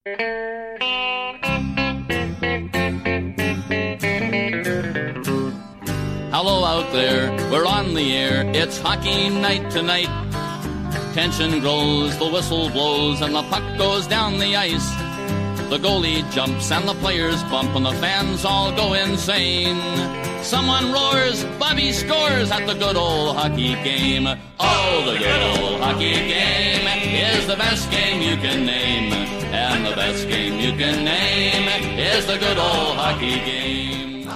Hello out there, we're on the air, it's hockey night tonight. Tension grows, the whistle blows, and the puck goes down the ice. The goalie jumps and the players bump and the fans all go insane. Someone roars, Bobby scores at the good old hockey game. Oh, the good old hockey game is the best game you can name. And the best game you can name is the good old hockey game.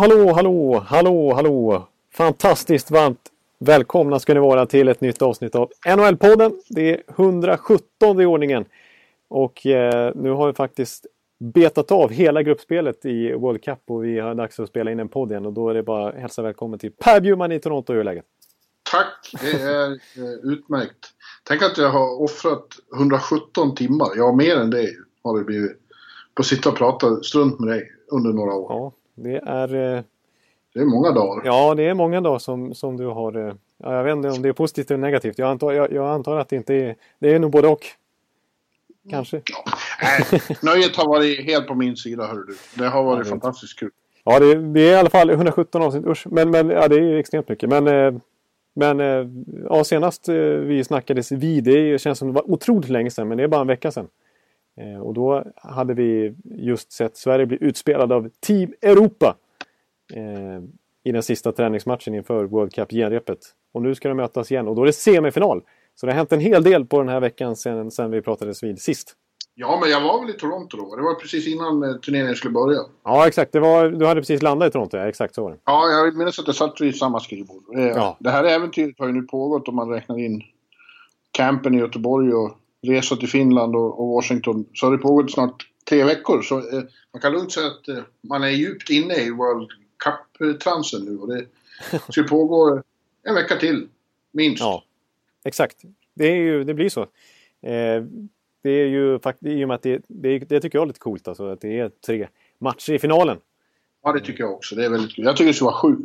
Hallå. Fantastiskt varmt välkomna ska ni vara till ett nytt avsnitt av NHL-podden. Det är 117 i ordningen. Och nu har vi faktiskt betat av hela gruppspelet i World Cup och vi har dags att spela in en podd igen. Och då är det bara att hälsa välkommen till Per Bjurman i Toronto. Hur är läget? Tack, det är utmärkt. Tänk att jag har offrat 117 timmar. Ja, mer än det har det blivit. På att sitta och prata strunt med dig under några år. Ja, det är många dagar. Ja, det är många dagar som du har... Ja, jag vet inte om det är positivt eller negativt. Jag antar att det inte är... Det är nog både och. Kanske. Ja. Nöjet har varit helt på min sida, hör du. Det har varit fantastiskt kul. Ja, det är i alla fall 117 avsnitt. Usch. Men ja, det är ju extremt mycket. Men ja, senast vi snackades vid, det känns som det var otroligt länge sedan. Men det är bara en vecka sedan. Och då hade vi just sett Sverige bli utspelad av Team Europa. I den sista träningsmatchen inför World Cup genrepet. Och nu ska de mötas igen. Och då är det semifinal. Så det har hänt en hel del på den här veckan sen vi pratades vid sist. Ja, men jag var väl i Toronto då. Det var precis innan turneringen skulle börja. Ja, exakt. Du hade precis landat i Toronto. Ja, exakt så var det. Ja, jag minns att jag satt vid samma skrivbord. Ja. Det här äventyret har ju nu pågått om man räknar in campen i Göteborg och resa till Finland och Washington. Så har det pågått snart 3 veckor. Så man kan lugnt säga att man är djupt inne i World Cup-transen nu. Och det ska pågå en vecka till, minst. Ja, exakt. Det blir så. Det är ju faktiskt, i och med att det tycker jag är lite coolt alltså, att det är 3 matcher i finalen. Ja, det tycker jag också. Det är väldigt kul. Jag tycker det ska vara 7.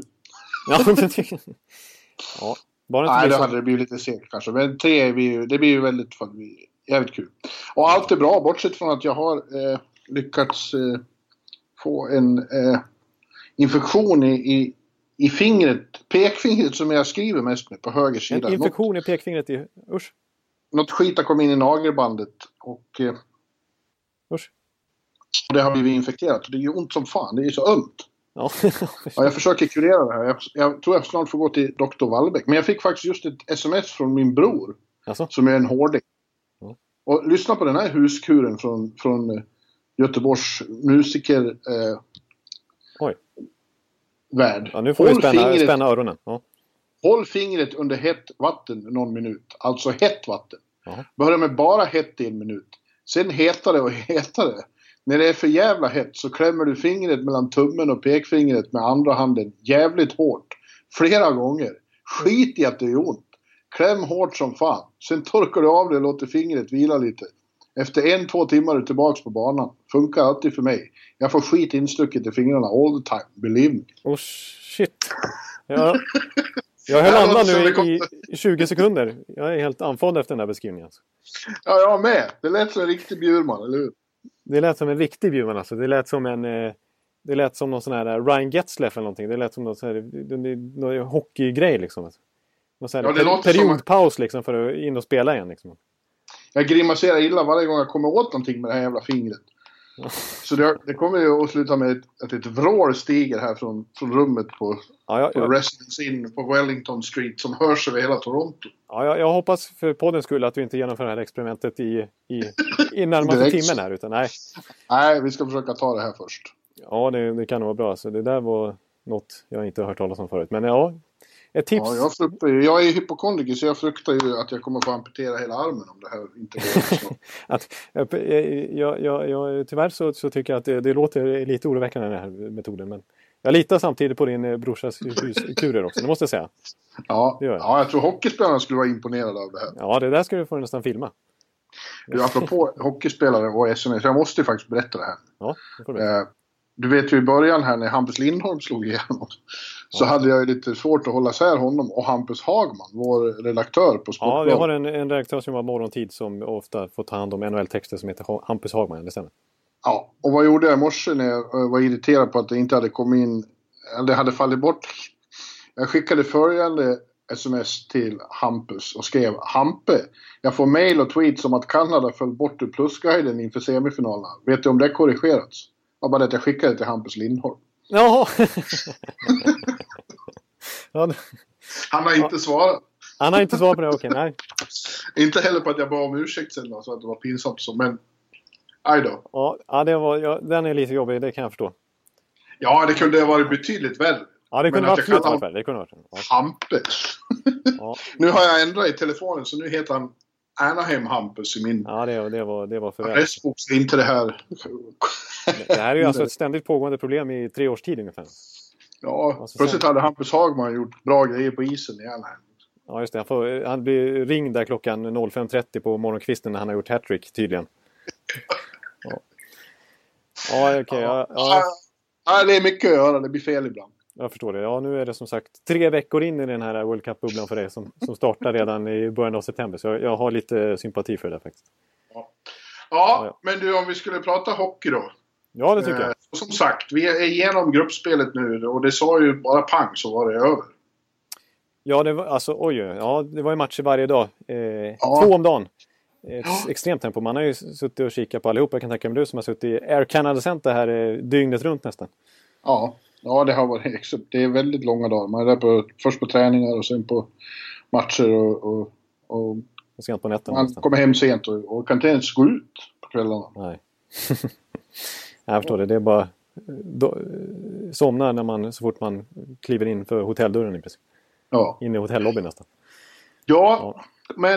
Ja, bara inte. Nej, det hade det blivit lite segt kanske. Men 3 det blir ju väldigt jävligt kul. Och allt är bra, bortsett från att jag har lyckats få en infektion i fingret, pekfingret som jag skriver mest med på höger sida. En infektion i pekfingret usch. Något skit har kommit in i nagelbandet och usch. Det har blivit infekterat och det är ju ont som fan, det är så ömt. Ja. Ja, jag försöker kurera det här. Jag tror jag snart får gå till Dr. Wallbäck. Men jag fick faktiskt just ett sms från min bror. Alltså? Som är en hårding. Mm. Och lyssna på den här huskuren från Göteborgs musiker Oj. Värld. Ja, nu får vi spänna öronen. Ja. Håll fingret under hett vatten någon minut. Alltså hett vatten. Aha. Börja med bara hett i 1 minut. Sen hetare och hetare. När det är för jävla hett så klämmer du fingret mellan tummen och pekfingret med andra handen jävligt hårt. Flera gånger. Skit i att det är ont. Kläm hårt som fan. Sen torkar du av det och låter fingret vila lite. Efter 1-2 timmar är du tillbaks på banan. Funkar alltid för mig. Jag får skit instucket i fingrarna all the time. Believe me. Oh shit. Ja. Jag höll andan nu i 20 sekunder. Jag är helt andfådd efter den här beskrivningen. Alltså. Ja, jag med. Det lät som en riktig Bjurman, eller hur? Det lät som en riktig Bjurman alltså. Det lät som någon sån här Ryan Getzlaff eller någonting. Det lät som någon sån här hockeygrej liksom. Alltså. Någon sån här periodpaus liksom för att in och spela igen liksom. Jag grimaserar illa varje gång jag kommer åt någonting med det här jävla fingret. Ja. Så det kommer ju att sluta med att ett vrål stiger här från rummet på Residence Inn på Wellington Street som hörs över hela Toronto. Ja, jag hoppas för poddens skull att vi inte genomför det här experimentet i närmaste timmen här. Utan, nej, vi ska försöka ta det här först. Ja, det kan nog vara bra. Så det där var något jag inte har hört talas om förut. Men ja, ett tips. Ja, jag är hypokondriker så jag fruktar ju att jag kommer få amputera hela armen om det här inte går. Tyvärr så tycker jag att det låter lite oroväckande den här metoden. Men jag litar samtidigt på din brorsas kurer också, det måste jag säga. Ja, jag tror hockeyspelarna skulle vara imponerade av det här. Ja, det där ska du få nästan filma. Du, apropå hockeyspelare och SMS, jag måste ju faktiskt berätta det här. Ja, det får du. Du vet ju i början här när Hampus Lindholm slog igenom. så hade jag ju lite svårt att hålla isär honom och Hampus Hagman, vår redaktör på Sportbladet. Ja, vi har en redaktör som var morgontid som ofta får ta hand om NHL-texter som heter Hampus Hagman, det stämmer. Ja, och vad gjorde jag i morse när jag var irriterad på att det inte hade kommit in, eller det hade fallit bort. Jag skickade följande sms till Hampus och skrev: Hampe, jag får mail och tweets om att Kanada föll bort ur plusguiden inför semifinalerna. Vet du om det korrigerats? Ja, bara att jag skickade till Hampus Lindholm. Jaha! Han har inte svarat. Han har inte svarat på det, okej, nej. Inte heller på att jag bad om ursäkt sen då, så att det var pinsamt så, men aj då. Ja, den är lite jobbig, det kan jag förstå. Ja, det kunde ha varit betydligt värre. Ja, det kunde ha varit värre. Det kunde ha varit. Ja. Hampus. Ja. Nu har jag ändrat i telefonen, så nu heter han Anaheim Hampus i min... Ja, det var för väl. Adressbok, inte det här... Det här är ju alltså ett ständigt pågående problem i 3 års tid ungefär. Ja, alltså, plötsligt hade Hampus Hagman gjort bra grejer på isen i Anaheim. Ja, just det. Han blir ringd där klockan 05.30 på morgonkvisten när han har gjort hattrick tydligen. Ja, okej. Ja, det är mycket att göra. Det blir fel ibland. Jag förstår det. Ja, nu är det som sagt 3 veckor in i den här World Cup-bubblan för dig som startar redan i början av september. Så jag har lite sympati för det faktiskt. Ja, men du, om vi skulle prata hockey då. Ja, det tycker jag. Som sagt, vi är igenom gruppspelet nu och det sa ju bara pang så var det över. Ja, det var alltså det var ju matcher varje dag. 2 om dagen. Extremt tempo. Man har ju suttit och kikat på allihopa. Jag kan tänka mig du som har suttit i Air Canada Center här dygnet runt nästan. Ja, det har varit det är väldigt långa dagar. Man är där först på träningar och sen på matcher och sent på nätten. Man nästan. kommer hem sent och kan inte ens gå ut på kvällarna. Nej. Jag förstår det. Det är bara somna så fort man kliver in för hotelldörren i princip. Ja. In i hotellobbyn nästan. Ja. Men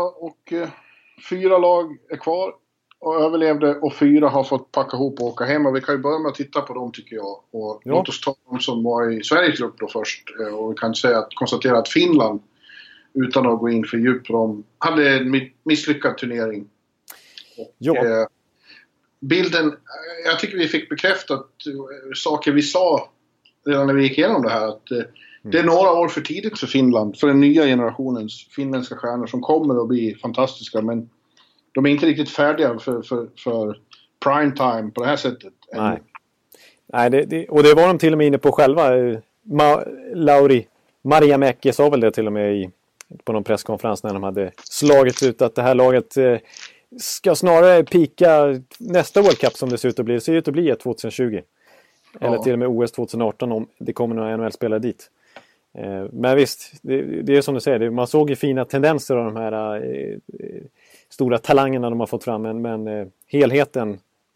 4 lag är kvar och överlevde och 4 har fått packa ihop och åka hem. Och vi kan ju börja med att titta på dem tycker jag. Och låt oss ta dem som var i Sveriges grupp då först. Och vi kan konstatera att Finland, utan att gå in för djupt på dem, hade en misslyckad turnering. Och, bilden, jag tycker vi fick bekräftat saker vi sa redan när vi gick igenom det här. Att det är några år för tidigt för Finland, för den nya generationens finländska stjärnor som kommer att bli fantastiska. Men de är inte riktigt färdiga för prime time på det här sättet. Nej, och det var de till och med inne på själva. Lauri Marjamäki sa väl det till och med på någon presskonferens när de hade slagit ut att det här laget ska snarare pika nästa World Cup som det ser ut att bli. Det ser ut att bli 2020. Eller till och med OS 2018 om det kommer några NHL-spelare dit. Men visst, det är som du säger. Man såg ju fina tendenser av de här stora talangerna de har fått fram. Men helheten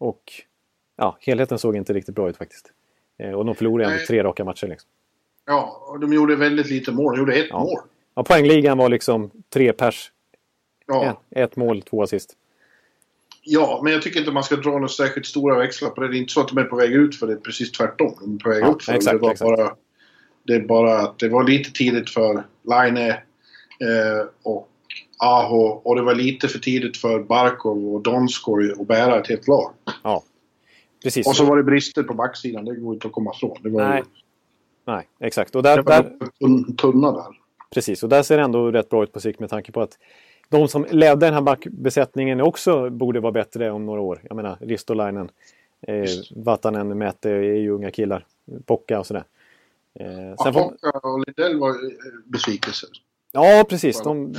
såg inte riktigt bra ut faktiskt. Och de förlorade ändå 3 raka matcher liksom. Ja, och de gjorde väldigt lite mål. De gjorde 1 mål. Ja, poängligan var liksom 3 pers. Ja. 1 mål, 2 assist. Ja, men jag tycker inte man ska dra några särskilt stora växlar på det. Det är inte så att de är på väg ut för det är precis tvärtom. De är på väg upp för exakt, det. Det är bara att det var lite tidigt för Laine och Aho. Och det var lite för tidigt för Barkov och Donskoj att bära ett helt lag. Ja, precis. Och så var det brister på backsidan. Det går inte att komma ifrån. Det var Nej, exakt. Och det var tunna där. Precis, och där ser det ändå rätt bra ut på sikt med tanke på att de som ledde den här backbesättningen också borde vara bättre om några år. Jag menar, Ristolainen, Vatanen, Mäte är ju unga killar. Pocka och sådär. Pocka och Lidell var besvikelser. Ja, precis.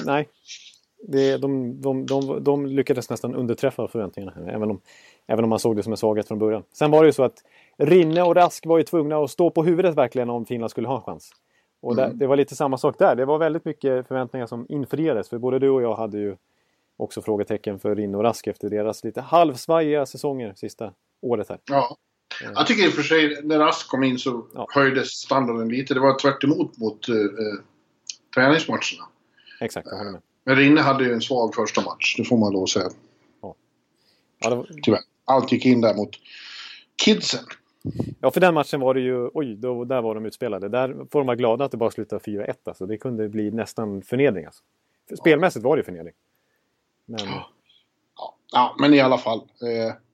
De lyckades nästan underträffa förväntningarna. Även om man såg det som en svaghet från början. Sen var det ju så att Rinne och Rask var ju tvungna att stå på huvudet verkligen om Finland skulle ha en chans. Och det var lite samma sak där. Det var väldigt mycket förväntningar som infriades. För både du och jag hade ju också frågetecken för Rinne och Rask efter deras lite halvsvajiga säsonger sista året här. Ja. Jag tycker i och för sig när Rask kom in så höjdes standarden lite. Det var tvärt emot mot träningsmatcherna. Exakt, jag håller med. Men Rinne hade ju en svag första match. Det får man då säga. Ja, tyvärr. Allt gick in där mot kidsen. Ja, för den matchen var det ju... där var de utspelade. Där får de vara glada att det bara slutade 4-1. Alltså. Det kunde bli nästan förnedring. Alltså. Spelmässigt var det förnedring. Men... Ja, men i alla fall.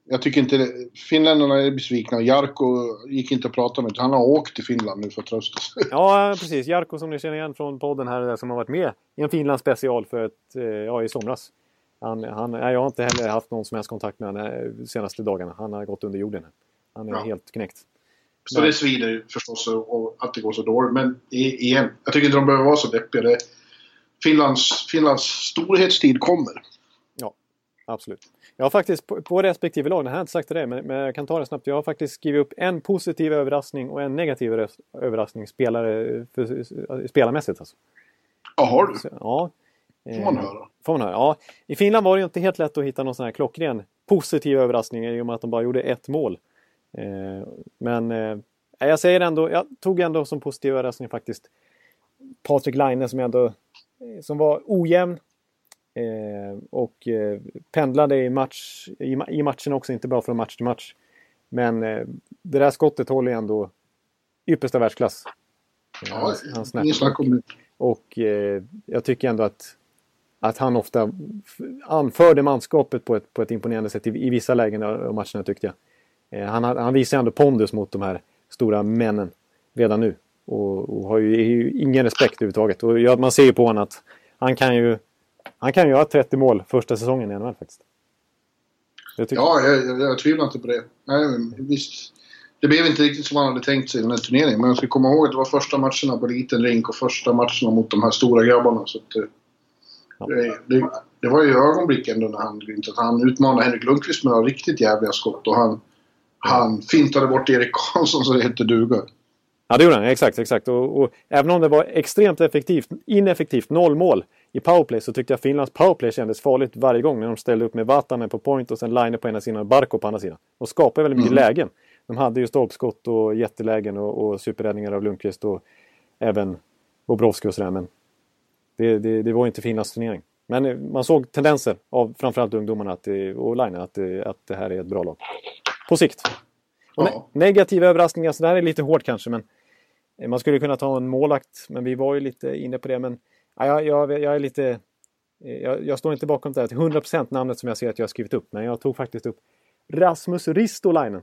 Jag tycker inte finländarna är besvikna. Jarkko gick inte att prata med. Han har åkt till Finland nu för att trösta sig. Ja, precis. Jarkko som ni känner igen från podden här som har varit med i en Finland special för i somras. Jag har inte heller haft någon som helst kontakt med honom de senaste dagarna. Han har gått under jorden. Han är helt knäckt. Så det svider förstås och att det går så dåligt. Men igen, jag tycker inte de behöver vara så deppiga. Finlands storhetstid kommer. Ja, absolut. Jag har faktiskt på respektive lag, jag har inte sagt det men jag kan ta det snabbt. Jag har faktiskt skrivit upp en positiv överraskning och en negativ överraskning spelarmässigt. Alltså. Ja, har du? Så, ja. Får man höra. Ja. I Finland var det ju inte helt lätt att hitta någon sån här klockren positiv överraskning i och med att de bara gjorde ett mål. Men jag säger ändå, jag tog ändå som positiv överraskning faktiskt Patrik Laine som var ojämn och pendlade i matchen också, inte bara från match till match. Men det där skottet håller ändå yppersta världsklass. Ja, ingen snack om det. Och jag tycker ändå att han ofta anförde manskapet på ett imponerande sätt i vissa lägen av matcherna, tyckte jag. Han visar ändå pondus mot de här stora männen redan nu. Och har ju ingen respekt överhuvudtaget. Och man ser ju på honom att han kan ju ha 30 mål första säsongen i NHL faktiskt. Jag tvivlar inte på det. Nej, men visst. Det blev inte riktigt som man hade tänkt sig i den här turneringen. Men jag ska komma ihåg att det var första matcherna på liten rink och första matcherna mot de här stora grabbarna. Så att, det var ju ögonblick ändå när han utmanade Henrik Lundqvist med några riktigt jävliga skott. Och han fintade bort Erik Karlsson så det hette duga. Ja, det gjorde han. Exakt. Och även om det var extremt ineffektivt 0 mål i powerplay, så tyckte jag Finlands powerplay kändes farligt varje gång när de ställde upp med Vatanen på point och sen Laine på ena sidan och Barkov på andra sidan. De skapade väldigt mycket lägen. De hade ju stolpskott och jättelägen och superräddningar av Lundqvist och även Bobrovski och sådär. Men det var inte Finlands turnering. Men man såg tendenser av framförallt ungdomarna och Laine att det här är ett bra lag. På sikt. Negativa överraskningar, så det här är lite hårt kanske, men man skulle kunna ta en målakt, men vi var ju lite inne på det, men jag är lite jag står inte bakom det här till 100% namnet som jag ser att jag har skrivit upp, men jag tog faktiskt upp Rasmus Ristolainen.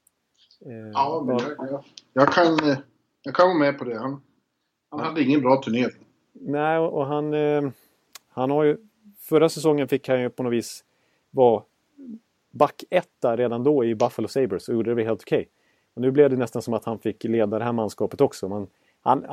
Jag kan vara med på det. Han hade ingen bra turnering. Nej, och han har ju förra säsongen fick han ju på något vis vara back 1 redan då i Buffalo Sabres och gjorde det helt okej. Och nu blev det nästan som att han fick leda det här manskapet också. Han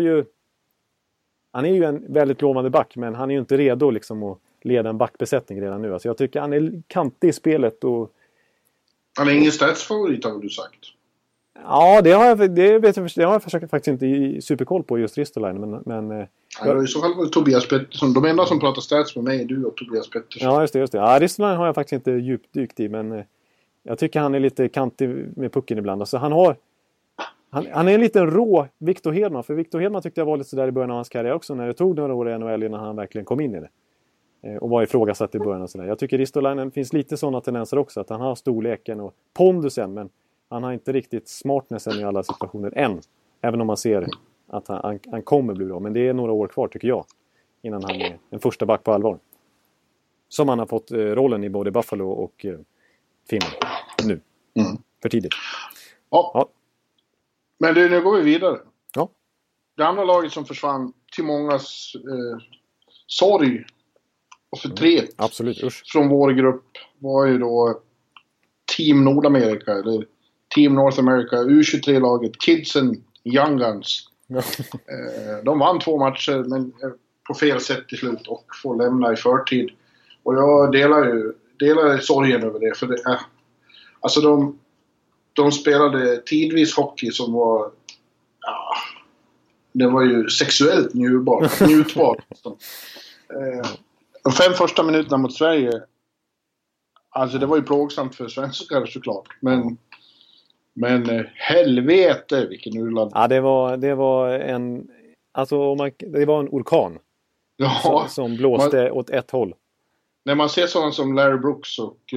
är ju en väldigt lovande back, men han är ju inte redo liksom att leda en backbesättning redan nu. Alltså jag tycker han är kantig i spelet och han är ingen statsfavorit har du sagt. Ja, det har jag faktiskt inte i superkoll på just Ristolainen, men i så fall var det Tobias Pettersson. De enda som pratar stats med mig är du och Tobias Pettersson. Ja, just det. Ja, Ristolainen har jag faktiskt inte djupdykt i, men jag tycker han är lite kantig med pucken ibland. Alltså han är en liten rå Victor Hedman, för Victor Hedman tyckte jag var lite sådär i början av hans karriär också, när det tog några år i NHL innan han verkligen kom in i det. Och var ifrågasatt i början och sådär. Jag tycker Ristolainen finns lite sådana tendenser också, att han har storleken och pondusen, men han har inte riktigt smartnessen i alla situationer än. Även om man ser att han kommer bli bra. Men det är några år kvar tycker jag, innan han är en första back på allvar. Som han har fått rollen i både Buffalo och Finland nu. För tidigt. Ja. Men nu går vi vidare. Ja. Det andra laget som försvann till mångas sorg och förtret. Absolut, usch. Från vår grupp var ju då Team Nordamerika eller Team North America, U23-laget Kidsen Young Guns. De vann 2 matcher men på fel sätt till slut och får lämna i förtid. Och jag delar sorgen över det, för det alltså de spelade tidvis hockey som var det var ju sexuellt njutbart. De 5 första minuterna mot Sverige, alltså det var ju plågsamt för svenskar såklart, men helvete vilken urladd. Ja, det var en orkan. Ja, som blåste åt ett håll. När man ser sådana som Larry Brooks och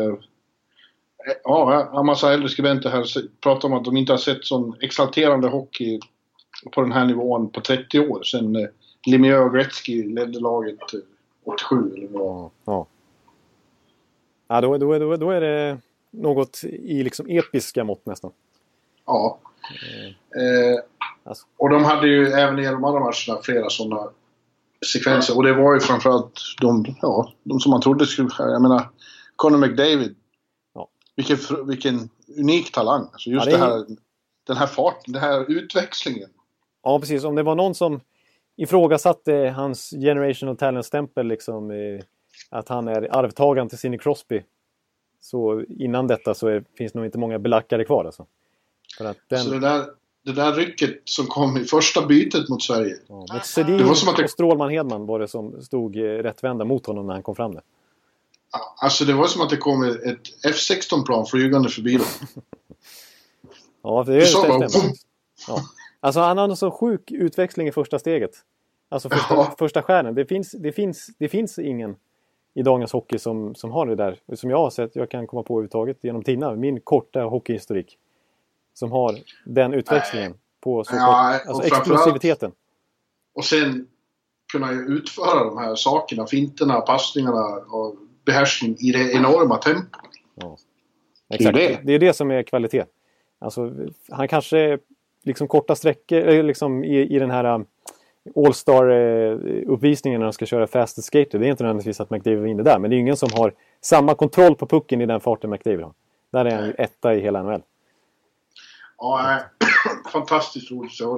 en massa äldre skribenter här pratar om att de inte har sett sån exalterande hockey på den här nivån på 30 år sedan Lemieux och Gretzky ledde laget 87 eller vad. Ja, då är det något i liksom episka mått nästan. Ja. Alltså. Och de hade ju även i de andra matcherna flera sådana sekvenser. Och det var ju framförallt de som man trodde skulle... Jag menar, Conor McDavid. Ja. Vilken unik talang. Alltså just den här farten, den här utväxlingen. Ja, precis. Om det var någon som ifrågasatte hans generational talent-stämpel liksom, att han är arvtagaren till Sidney Crosby, så innan detta så finns nog inte många belackare kvar alltså. För att Så det där rycket som kom i första bytet mot Sverige. Ja, mot Sedin och Strålman Hedman var det som stod rättvända mot honom när han kom fram där. Alltså det var som att det kom ett F-16-plan flygande förbi dem. Ja, det är det. Ja. Alltså han har en så sjuk utväxling i första steget. Alltså första skärnen. Det finns ingen i dagens hockey som har det där. Som jag har sett, jag kan komma på överhuvudtaget genom tiderna. Min korta hockeyhistorik. Som har den utväxlingen på så kort. Alltså explosiviteten. Och sen kunna utföra de här sakerna, finterna, passningarna och behärskning i det enorma tempot. Ja. Exakt. Det är det som är kvalitet. Alltså, han kanske liksom korta sträckor liksom i den här All-Star-uppvisningen när han ska köra fastest skater. Det är inte nödvändigtvis att McDavid vinner där. Men det är ingen som har samma kontroll på pucken i den farten McDavid har. Där är han ju etta i hela NHL. Ja, fantastiskt roligt. Och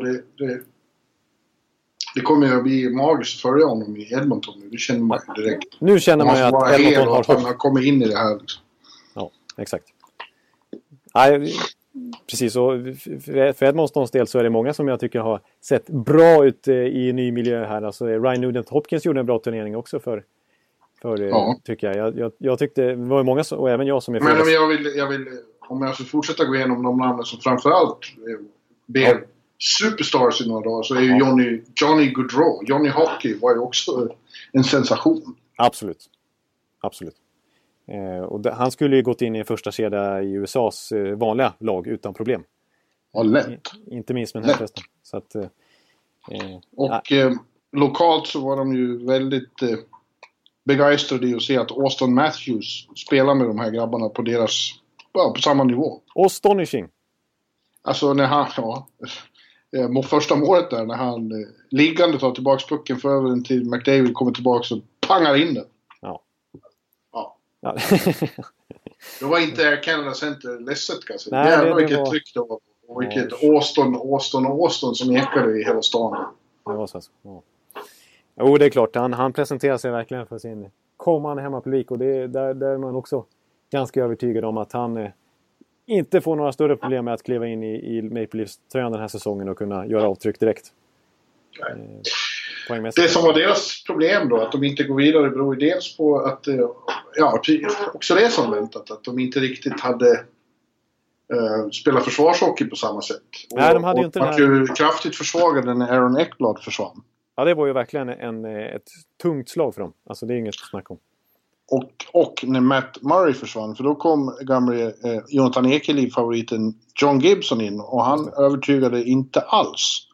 det kommer ju att bli magiskt att följa honom i Edmonton nu. Det känner man ju direkt. Nu känner man ju att Edmonton har han har kommit in i det här. Liksom. Ja, exakt. Nej, precis. Och för Edmontons del så är det många som jag tycker har sett bra ut i ny miljö här. Alltså Ryan Nugent-Hopkins gjorde en bra turnering också för tycker jag. Jag tyckte det var många och även jag som är... Men jag vill om jag ska fortsätta gå igenom de namnen som framförallt blev superstars i några dagar, så är ju Johnny Gaudreau. Johnny Hockey var ju också en sensation. Absolut. Och han skulle ju gått in i första kedja i USAs vanliga lag utan problem. Ja, lätt. Inte minst med den här festen. Så att, lokalt så var de ju väldigt begeistrade i att se att Auston Matthews spelar med de här grabbarna på deras på samma nivå. Astonishing. Alltså när han mot första målet där, när han liggande tar tillbaks pucken för över den till McDavid, kommer tillbaks och pangar in den. Ja. Det var inte Canada Center ledset kanske. Jävlar vilket tryck det var. Och vilket Auston som ekade i hela stan. Det var så. Ja. Jo, det är klart. Han presenterar sig verkligen för sin kommande hemmapublik. Och där är man också ganska övertygad om att han inte får några större problem med att kliva in i Maple Leafs-tröjan den här säsongen och kunna göra avtryck direkt. Det som var deras problem då, att de inte går vidare, beror ju dels på att också det som väntat, att de inte riktigt hade spelat försvarshockey på samma sätt. Nej, de hade ju inte ju kraftigt försvagade när Aaron Ekblad försvann. Ja, det var ju verkligen ett tungt slag för dem. Alltså det är inget att snacka om. Och när Matt Murray försvann, för då kom gamle Jonathan Ekeliv-favoriten John Gibson in, och han övertygade inte alls.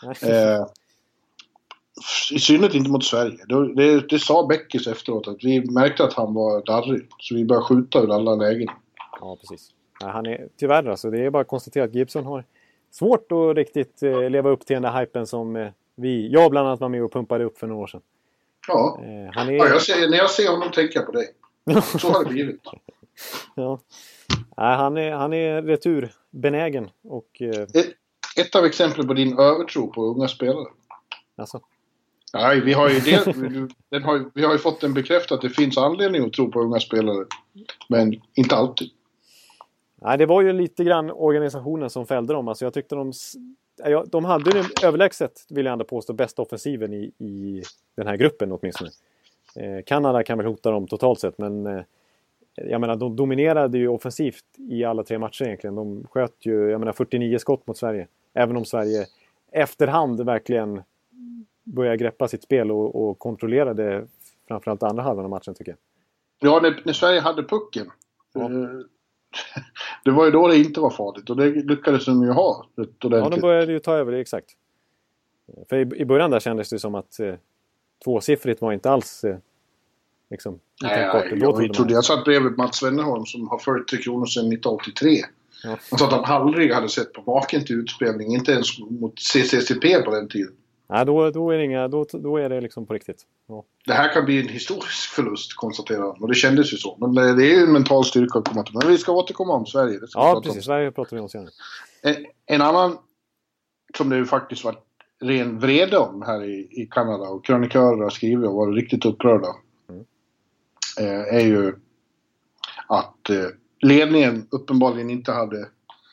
I synnerhet inte mot Sverige. Det sa Beckis efteråt, att vi märkte att han var darrig, så vi började skjuta ur alla lägen. Ja, precis. Han är tyvärr alltså, det är bara att konstatera att Gibson har svårt att riktigt leva upp till den där hypen som jag bland annat var med och pumpade upp för några år sedan. Ja, när jag ser honom tänker jag på dig. Så har det blivit. Ja. Han är returbenägen. Och, ett av exemplen på din övertro på unga spelare. Alltså. Nej, vi har ju fått en bekräftat att det finns anledning att tro på unga spelare. Men inte alltid. Nej, det var ju lite grann organisationen som fällde dem. Alltså jag tyckte de hade ju överlägset, vill jag ändå påstå, bästa offensiven i den här gruppen åtminstone. Kanada kan väl hota dem totalt sett, men jag menar, de dominerade ju offensivt i alla 3 matcher egentligen. De sköt ju 49 skott mot Sverige. Även om Sverige efterhand verkligen började greppa sitt spel och kontrollerade framförallt andra halvan av matchen, tycker jag. Ja, när Sverige hade pucken. Ja. Det var ju då det inte var farligt, och det lyckades de ju ha. Ja, de började ju ta över det, exakt. För i början där kändes det som att tvåsiffrigt var inte alls liksom, jag satt bredvid Mats Svennerholm som har följt Tre Kronor sedan 1983. Ja. Han sa att han aldrig hade sett på vaken till utspelning, inte ens mot CCCP på den tiden. Nej, då är det liksom på riktigt. Ja. Det här kan bli en historisk förlust, konstaterar han. Och det kändes ju så. Men det är ju en mental styrka att komma till. Men vi ska återkomma om Sverige. Ja, precis. Sverige pratar vi om senare. En annan som det ju faktiskt var ren vrede om här i Kanada och krönikörer har skrivit och varit riktigt upprörda. Är ju att ledningen uppenbarligen inte hade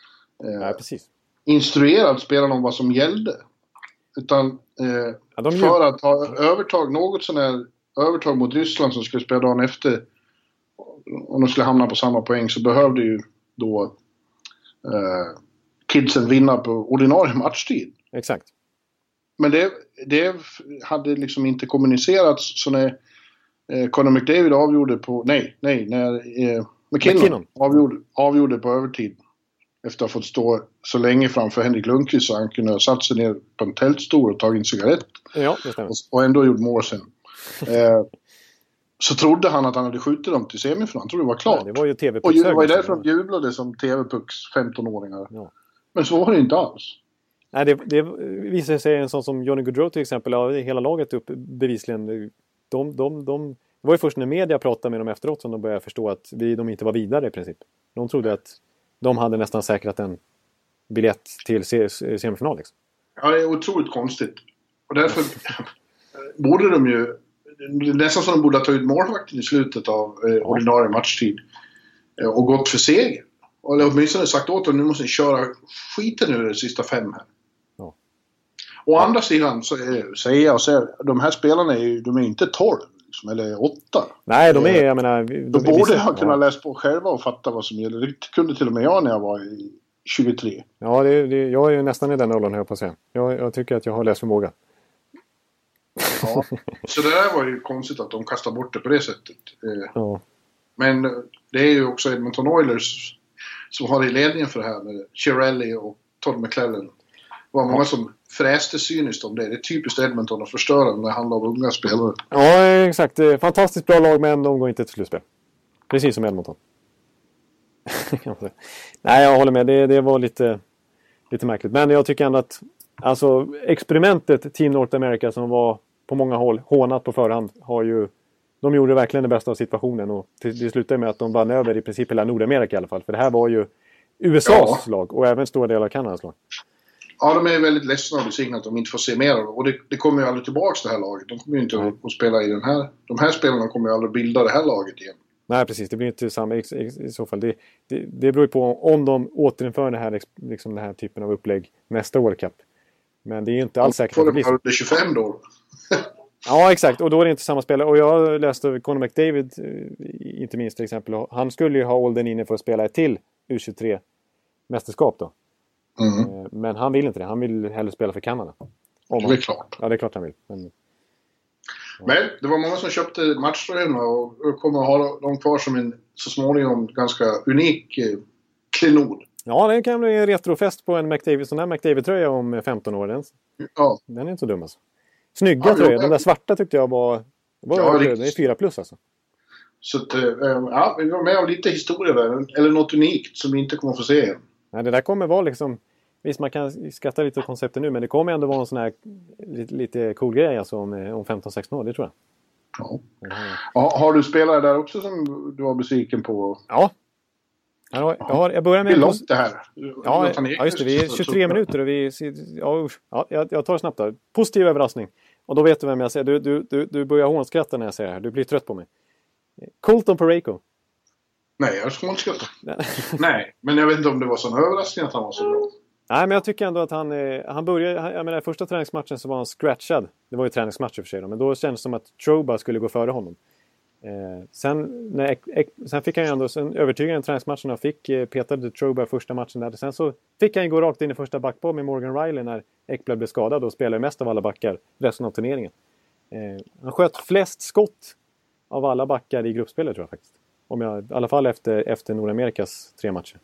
instruerat spelarna om vad som gällde. Utan för att ha övertag mot Ryssland som skulle spela dagen efter, om de skulle hamna på samma poäng, så behövde ju då kidsen vinna på ordinarie matchtid. Exakt. Men det hade liksom inte kommunicerats, så när Conor McDavid avgjorde på... när McKinnon avgjorde på övertid efter att ha fått stå så länge framför Henrik Lundqvist så han kunde ha satt sig ner på en tältstol och tagit en cigarett. Ja, det stämmer. Och ändå gjort mål sen. Så trodde han att han hade skjutit dem till semifinal. Han trodde det var klart. Ja, det var ju TV-pucks. Och det var ju därför de jublade som TV-pucks 15-åringar. Ja. Men så var det inte alls. Nej, det visar sig en sån som Johnny Gaudreau till exempel. Ja, hela laget upp bevisligen. Det var ju först när media pratade med dem efteråt som de började förstå att de inte var vidare i princip. De trodde att de hade nästan säkrat en biljett till semifinal. Liksom. Ja, det är otroligt konstigt. Och därför borde de ju... Nästan som de borde ha tagit målvakten i slutet av ordinarie matchtid. Och gått för seger. Och åtminstone sagt åt dem, nu måste ni köra skiten ur de sista 5 här. Ja. Å andra sidan så säger jag, de här spelarna de är inte 12. Eller 8. Nej, de är, jag menar... De borde ha kunnat läsa på själva och fatta vad som gäller. Det kunde till och med jag när jag var i 23. Ja, jag är ju nästan i den åldern, höll jag på att säga. Jag tycker att jag har läsförmåga. Ja, så det där var ju konstigt att de kastade bort det på det sättet. Ja. Men det är ju också Edmonton Oilers som har i ledningen för det här med Chiarelli och Todd McLellan. Det var många som fräste cyniskt om det. Det är typiskt Edmonton att förstöra när det handlar om unga spelare. Ja, exakt. Fantastiskt bra lag, men de går inte till slutspel. Precis som Edmonton. Nej, jag håller med. Det var lite märkligt. Men jag tycker ändå att alltså, experimentet Team North America som var på många håll hånat på förhand de gjorde verkligen det bästa av situationen och det slutade med att de vann över i princip hela Nordamerika i alla fall. För det här var ju USAs lag och även stora delar av Kanadas lag. Ja, de är väldigt ledsna och besvikna att de inte får se mer av det. Och det kommer ju aldrig tillbaka det här laget. De kommer ju inte att spela i den här... De här spelarna kommer ju aldrig bilda det här laget igen. Nej, precis. Det blir inte samma i så fall. Det beror ju på om de återinför det här, liksom den här typen av upplägg nästa World Cup. Men det är ju inte alls säkert att det blir så. Det 25 då. Ja, exakt. Och då är det inte samma spelare. Och jag läste Conor McDavid, inte minst till exempel. Han skulle ju ha åldern inne för att spela ett till U23-mästerskap då. Mm. Men han vill inte det. Han vill hellre spela för Kanada. Det är klart. Ja, det är klart han vill. Men det var många som köpte matchtröjorna och kommer att ha dem kvar som en så småningom ganska unik klenod. Ja, det kan bli en retrofest på en McDavid, sån här McDavid-tröja om 15 år. Den är inte så dum alltså. Snygga tröjor. De där svarta tyckte jag var det är 4+ alltså. Så att, vi var med om lite historia där. Eller något unikt som vi inte kommer att få se igen. Nej, det där kommer vara liksom... Visst, man kan skratta lite på konceptet nu, men det kommer ändå vara en sån här lite cool grej alltså om 15-16 år, det tror jag. Ja. Har du spelare där också som du var besviken på? Ja. Jag börjar med... Hur långt det här? Ja, just det. Vi är 23 minuter och vi... jag tar snabbt då. Positiv överraskning. Och då vet du vem jag säger. Du börjar hånskratta när jag säger det här. Du blir trött på mig. Colton Parayko. Nej, jag har hånskrattat. Nej, men jag vet inte om det var sån överraskning att han var så bra. Nej, men jag tycker ändå att han började... Jag menar, första träningsmatchen så var han scratchad. Det var ju träningsmatcher för sig då. Men då kändes det som att Trouba skulle gå före honom. Sen fick han ju ändå en övertygande träningsmatchen och fick petade Trouba första matchen där. Sen så fick han ju gå rakt in i första backpå med Morgan Riley när Ekblad blev skadad och spelade mest av alla backar resten av turneringen. Han sköt flest skott av alla backar i gruppspelet tror jag faktiskt. I alla fall efter Nordamerikas 3 matcher.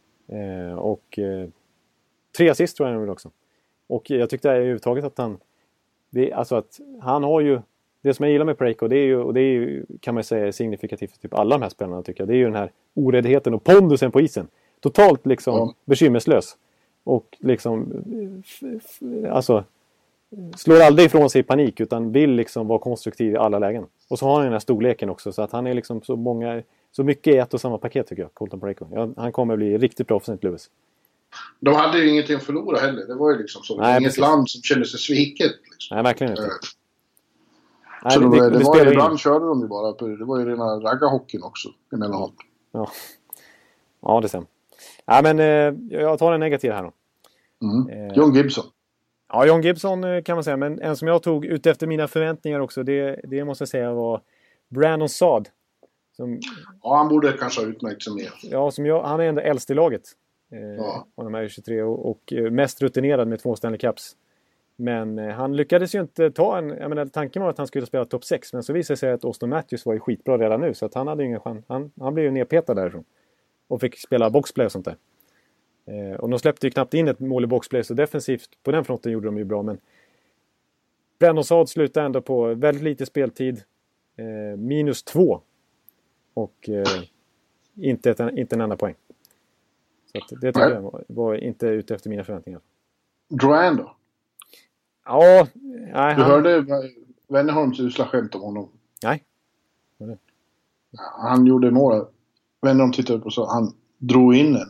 3 assist tror jag också. Och jag tyckte överhuvudtaget att han har ju det som jag gillar med Parayko, det är ju, och det är ju, kan man säga, signifikativt för typ alla de här spelarna tycker jag. Det är ju den här oräddheten och pondusen på isen. Totalt liksom bekymmerslös. Och liksom alltså slår aldrig ifrån sig i panik utan vill liksom vara konstruktiv i alla lägen. Och så har han den här storleken också, så att han är liksom så mycket i ett och samma paket tycker jag, Colton Parayko. Han kommer bli riktigt bra för St. Louis. De hade ju ingenting att förlora heller. Det var ju liksom så. Nej, inget land som kände sig sviket. Liksom. Nej, verkligen inte. Så det var ju, ibland körde de ju bara. Det var ju rena raggarhockeyn också emellanåt. Ja, det stämmer. Ja, men jag tar en negativ här då. John Gibson. Ja, John Gibson kan man säga. Men en som jag tog ut efter mina förväntningar också, det måste jag säga var Brandon Saad. Ja, han borde kanske ha utmärkt sig mer. Ja, han är ändå äldst i laget. Av de här 23 och mest rutinerad med 2 Stanley Cups. Men han lyckades ju inte ta jag menar, tanken var att han skulle spela topp 6. Men så visade det sig att Auston Matthews var ju skitbra redan nu. Så att han hade ingen chans. Han blev ju nedpetad därifrån. Och fick spela boxplay och sånt där. Och de släppte ju knappt in ett mål i boxplay. Så defensivt på den fronten gjorde de ju bra. Men Brandon Saad slutade ändå på väldigt lite speltid. -2. Och inte en enda poäng. Så att det tycker jag var inte ute efter mina förväntningar. Drouin då? Ja, nej. Du hörde Wennerholms usla skämt om honom? Nej. Han gjorde mål. Wennerholm tittade på så han drog in den.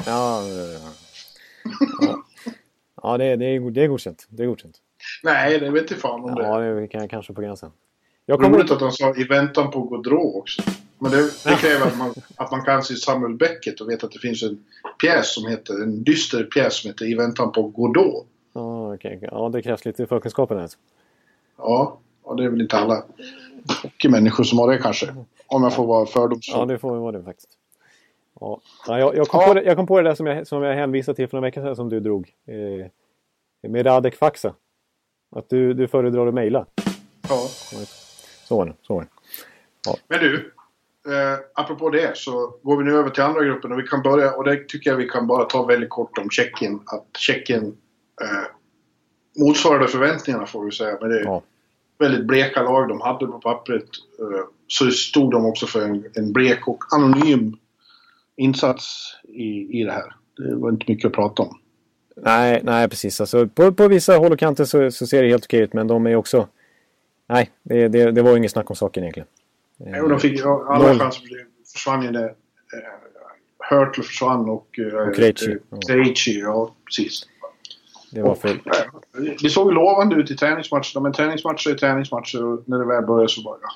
Ja, det är godkänt. Det är godkänt. Nej, det vet inte fan om det. Ja, det kan jag kanske på gränsen. Roligt att han sa i väntan på Gaudreau också. Men det kräver att man kan se Samuel Beckett och vet att det finns en dyster pjäs som heter I väntan på Godot. Okay. Ja, det krävs lite förkunskapen här. Ja, och det är väl inte alla människor som har det kanske. Om jag får vara fördomsfull. Ja, det får vara det faktiskt. Ja, jag kom på det där som jag hänvisade till för några veckor sedan som du drog. Med Radek Faksa. Att du föredrar att mejla. Ja. Så var det. Ja. Men du, apropå det så går vi nu över till andra gruppen och vi kan börja, och det tycker jag vi kan bara ta väldigt kort om Tjeckien. Att Tjeckien motsvarade förväntningarna får vi säga, men det är väldigt bleka lag de hade på pappret. Så stod de också för en blek och anonym insats i det här. Det var inte mycket att prata om. Nej, precis. Alltså, på vissa håll och kanter så ser det helt okej ut, men de är också... Nej, det var inget snack om saken egentligen. Och de fick alla chanser, försvann ju det. Hurtle försvann och Krejci, ja precis. Det var för... Det såg lovande ut i träningsmatcherna, men träningsmatcher är träningsmatcher och när det väl börjar så bara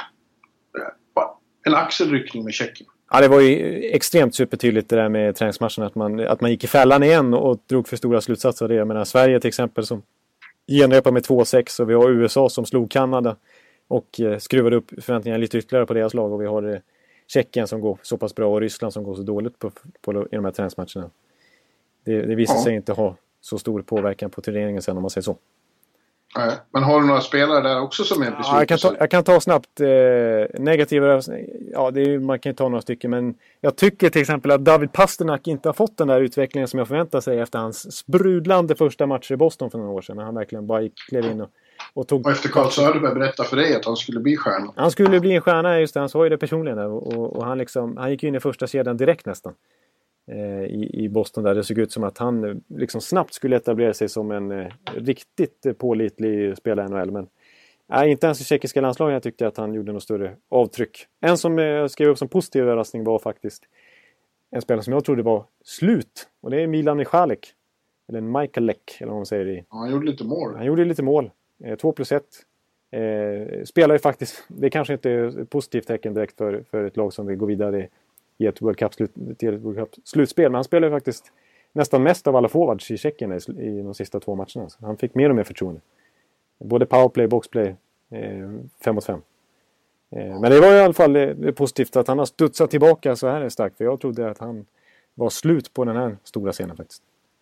en axelryckning med Tjeckien. Ja, det var ju extremt supertydligt det där med träningsmatcherna att man gick i fällan igen och drog för stora slutsatser av det. Jag menar Sverige till exempel som genrepar med 2-6 och vi har USA som slog Kanada och skruvade upp förväntningarna lite ytterligare på deras lag och vi har Tjeckien som går så pass bra och Ryssland som går så dåligt i de här träningsmatcherna. Det visar sig inte ha så stor påverkan på turneringen sen om man säger så. Nej, men har du några spelare där också som är besvikelse? Ja, jag kan ta snabbt negativa. Ja, man kan ju ta några stycken. Men jag tycker till exempel att David Pasternak inte har fått den där utvecklingen som jag förväntade sig efter hans sprudlande första match i Boston för några år sedan. När han verkligen bara klev in och tog... Och efter Carl Söderberg berättade för dig att han skulle bli stjärna. Han skulle bli en stjärna, just det. Han sa ju det personligen där. Och han gick in i första kedjan direkt nästan. I Boston där det såg ut som att han liksom snabbt skulle etablera sig som en riktigt pålitlig spelare i NHL, men inte ens i tjeckiska landslagen jag tyckte att han gjorde något större avtryck. En som jag skrev upp som positiv överraskning var faktiskt en spelare som jag trodde var slut, och det är Milan Michalek eller Michalek eller vad man säger i. Han gjorde lite mål. 2+1 spelar ju faktiskt, det kanske inte är ett positivt tecken direkt för ett lag som vill gå vidare i ett World Cup-slutspel. Men han spelar ju faktiskt nästan mest av alla forwards i Tjeckien i de sista 2 matcherna. Så han fick mer och mer förtroende. Både powerplay och boxplay 5-5. Men det var i alla fall positivt att han har studsat tillbaka så här starkt. För jag trodde att han var slut på den här stora scenen faktiskt.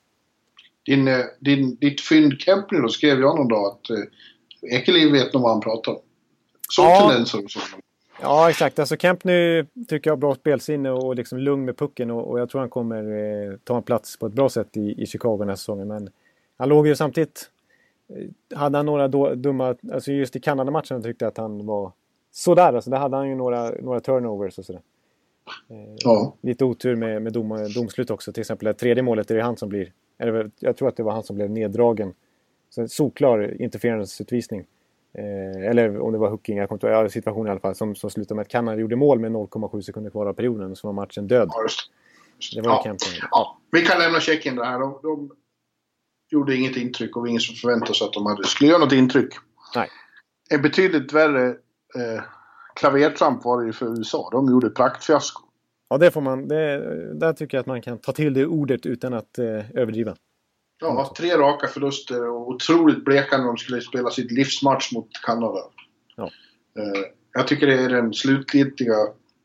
Ditt fynd Kempner då skrev jag någon dag att Ekeliv vet nog vad han pratar om. Tendenser och så. Ja, exakt. Alltså Kempner tycker jag har bra spelsinne och liksom lugn med pucken och jag tror han kommer ta en plats på ett bra sätt i Chicago den här säsongen. Men han låg ju samtidigt hade han några dumma, alltså just i Kanada-matchen tyckte jag att han var sådär, alltså där hade han ju några turnovers och sådär. Lite otur med domslut också, till exempel det tredje målet är det han som blir, eller jag tror att det var han som blev neddragen, så en solklar interference-utvisning, eller om det var hooking, jag kommer inte ihåg situationen i alla fall, som slutade med att Kanada gjorde mål med 0,7 sekunder kvar av perioden, och så var matchen död. Det var ju kampen. Vi kan lämna Tjeckien där. De gjorde inget intryck, och ingen som förväntade sig att de skulle göra något intryck. Nej. En betydligt värre klavertramp var det ju för USA. De gjorde praktfiasko. Ja, det får man. Där tycker jag att man kan ta till det ordet utan att överdriva. Ja, 3 raka förluster och otroligt bleka när de skulle spela sitt livsmatch mot Kanada. Ja. Jag tycker det är den slutgiltiga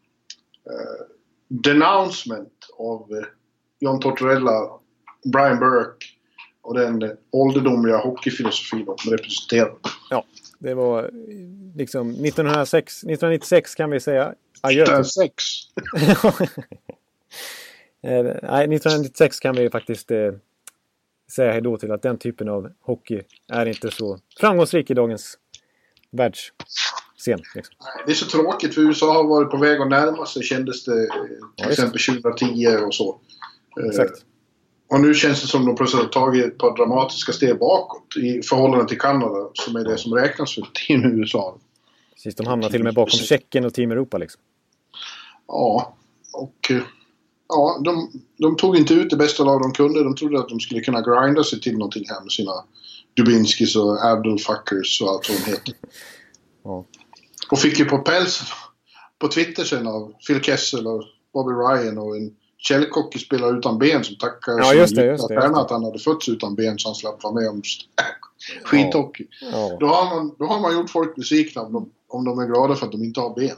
denouncement av John Tortorella, Brian Burke och den ålderdomliga hockeyfilosofin de representerar. Ja, det var liksom 1996 kan vi säga. 1996? Nej, 1996 kan vi faktiskt säga hej då till att den typen av hockey är inte så framgångsrik i dagens världsscen. Liksom. Det är så tråkigt, för USA har varit på väg att närma sig, kändes det till exempel 2010 och så. Exakt. Och nu känns det som de plötsligt har tagit ett par dramatiska steg bakåt i förhållande till Kanada, som är det som räknas för Team USA. Precis, de hamnar till och med bakom Tjeckien och Team Europa liksom. Ja, och de tog inte ut det bästa lag de kunde. De trodde att de skulle kunna grinda sig till någonting här med sina Dubinskis och Abdul Fuckers och allt vad de heter. Ja. Och fick ju på päls på Twitter sen av Phil Kessel och Bobby Ryan och en källkock spelare utan ben som tackar just det. att han hade fötts utan ben så han slapp vara med om skithockey. Ja. Då har man gjort folk besvikna om de är glada för att de inte har ben.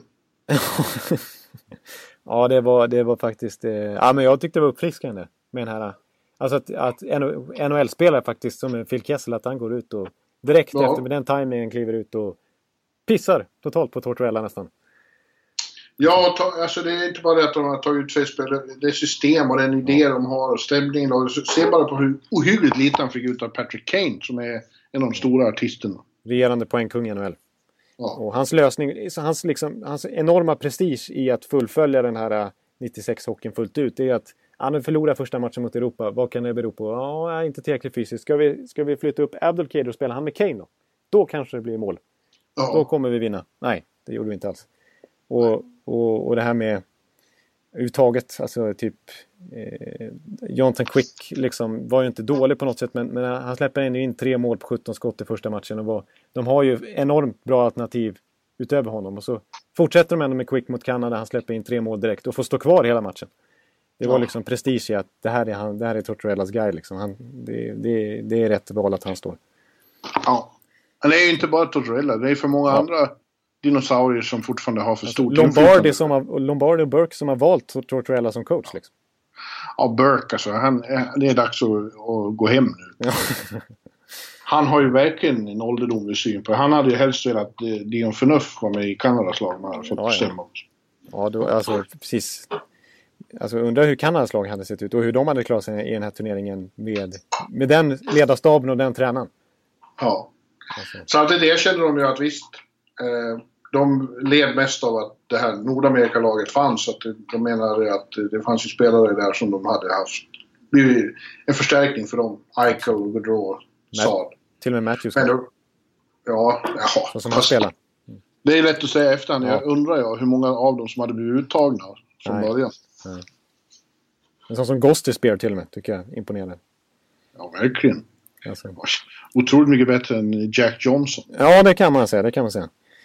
Ja, det var faktiskt... men jag tyckte det var uppfriskande med den här... Alltså att NHL-spelare faktiskt, som Phil Kessel, att han går ut och direkt efter med den timingen kliver ut och pissar totalt på Tortorella nästan. Ja, alltså det är inte bara det att de har tagit ut spelare. Det är system och den idé de har och stämningen. Och se bara på hur ohyggligt lite han fick ut av Patrick Kane, som är en av de stora artisterna. Regerande poängkung i NHL. Ja. Och hans lösning, hans enorma prestige i att fullfölja den här 96-hockeyn fullt ut, det är att han förlorar första matchen mot Europa. Vad kan det bero på? Ja, inte tillräckligt fysiskt. Ska vi flytta upp Abdelkader och spela han med Kane då? Då kanske det blir mål. Ja. Då kommer vi vinna. Nej, det gjorde vi inte alls. Och det här med uttaget, alltså typ Jonathan Quick liksom var ju inte dålig på något sätt, men han släpper in 3 mål på 17 skott i första matchen, och de har ju enormt bra alternativ utöver honom, och så fortsätter de ändå med Quick mot Kanada. Han släpper in 3 mål direkt och får stå kvar hela matchen. Det var liksom prestige i att det här är Tortorellas guy liksom. Det är rätt val att han står. Ja. Men det är ju inte bara Tortorella, det är för många andra dinosaurier som fortfarande har för stort Lombardi och Burke som har valt Tortorella som coach liksom. Ja, Burke alltså, det är dags att gå hem nu. Han har ju verkligen en ålderdomlig syn på. Han hade ju helst velat Dion Phaneuf var med i Kanadas lag, man hade fått bestämma också. Ja, då, alltså precis. Alltså undrar hur Kanadas lag hade sett ut och hur de hade klarat sig i den här turneringen med den ledarstaben och den tränaren. Ja. Alltså. Samtidigt erkänner de ju att visst, de led mest av att det här Nordamerika-laget fanns. Att de menade att det fanns ju spelare där som de hade haft. Blivit en förstärkning för dem. Eichel, Gaudreau, Saad. Till och med Matthews. Ja. Så som han spelar. Det är lätt att säga efterhand. Jag undrar hur många av dem som hade blivit uttagna från början. Nej. En sån som Ghost spelar till och med, tycker jag. Imponerande. Ja, verkligen. Alltså. Otroligt mycket bättre än Jack Johnson. Ja, det kan man säga.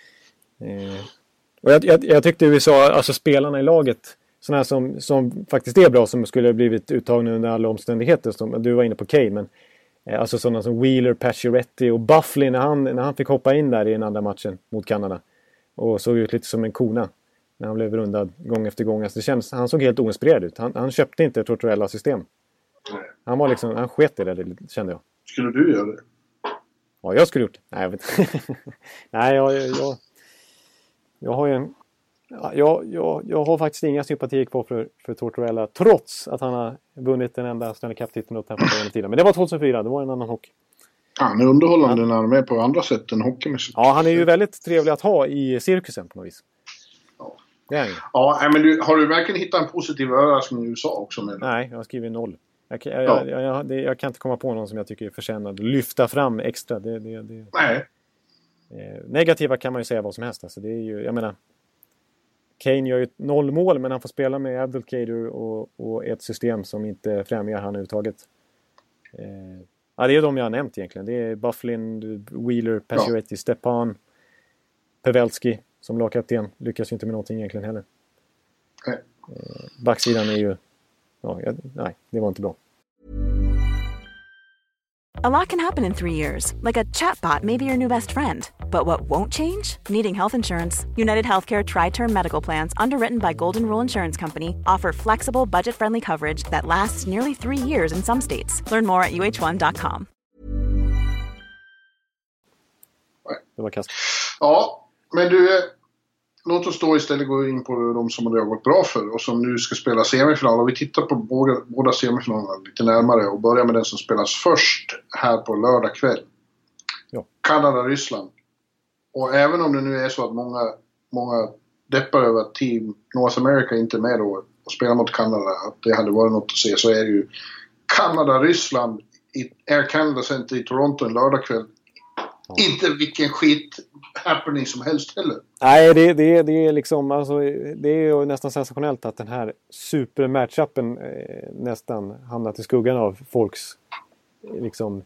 Och jag tyckte USA, alltså spelarna i laget, sådana här som faktiskt är bra, som skulle ha blivit uttagna under alla omständigheter, som du var inne på Kane, men alltså sådana som Wheeler, Pacioretty och Bufflin när han fick hoppa in där i den andra matchen mot Kanada och såg ut lite som en kona när han blev rundad gång efter gång. Alltså han såg helt oinspirerad ut. Han köpte inte Tortorella system. Han var liksom, han sket i det, kände jag. Skulle du göra det? Ja, jag skulle gjort det. Nej, jag vet Nej, jag har ju jag har faktiskt inga sympatier kvar för Tortorella, trots att han har vunnit den enda Stanley Cup-titeln och tappat den tiden. Men det var 2004, det var en annan hockey. Han är underhållande när han är med på andra sätt än hockeymässigt. Ja, han är ju väldigt trevlig att ha i cirkusen på något vis. Ja. Det är han ju. Ja, men har du verkligen hittat en positiv överraskning i USA också? Med det? Nej, jag har skrivit 0. Jag kan inte komma på någon som jag tycker är förtjänad att lyfta fram extra. Nej. Negativa kan man ju säga vad som helst. Alltså, det är ju, jag menar, Kane gör ju 0 mål, men han får spela med Abdelkader och ett system som inte främjar han överhuvudtaget. Ja, det är de jag har nämnt egentligen. Det är Bufflin, Wheeler, Pacioretty, Stepan, Pavelski som lagkapten. Lyckas ju inte med någonting egentligen heller. Backsidan är ju... nej, det var inte bra. A lot can happen in 3 years, like a chatbot may be your new best friend. But what won't change? Needing health insurance. United Healthcare Tri-Term Medical Plans, underwritten by Golden Rule Insurance Company, offer flexible, budget-friendly coverage that lasts nearly 3 years in some states. Learn more at uh1.com. Det var kast. Ja, men du... Låt oss då istället gå in på de som det har gått bra för och som nu ska spela semifinal. Och vi tittar på båda semifinalerna lite närmare och börjar med den som spelas först här på lördag kväll. Ja. Kanada-Ryssland. Och även om det nu är så att många deppar över att Team North America inte är med då och spelar mot Kanada, att det hade varit något att se, så är det ju Kanada-Ryssland i Air Canada Center i Toronto en lördag kväll. Ja. Inte vilken happening som helst heller. Nej, det är liksom, alltså, det är ju nästan sensationellt att den här supermatchupen nästan hamnat i skuggan av folks liksom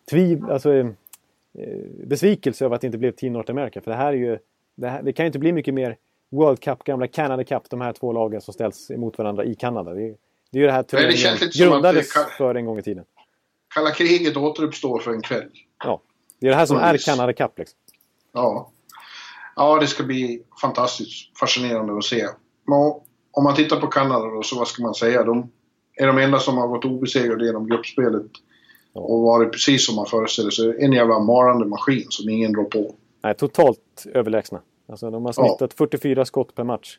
besvikelse över att det inte blev Team North America. För det här är ju, det kan ju inte bli mycket mer World Cup, gamla Canada Cup, de här två lagen som ställs emot varandra i Kanada. Det är ju det här turneringen grundades för en gång i tiden. Kalla kriget återuppstår för en kväll. Ja. Det är det här som är Canada Cup liksom. Ja, det ska bli fantastiskt fascinerande att se. Men om man tittar på Kanada då, så vad ska man säga? De är de enda som har gått obesegrade genom gruppspelet. Och varit precis som man föreställer sig. En jävla marande maskin som ingen drar på. Nej, totalt överlägsna. Alltså, de har snittat 44 skott per match.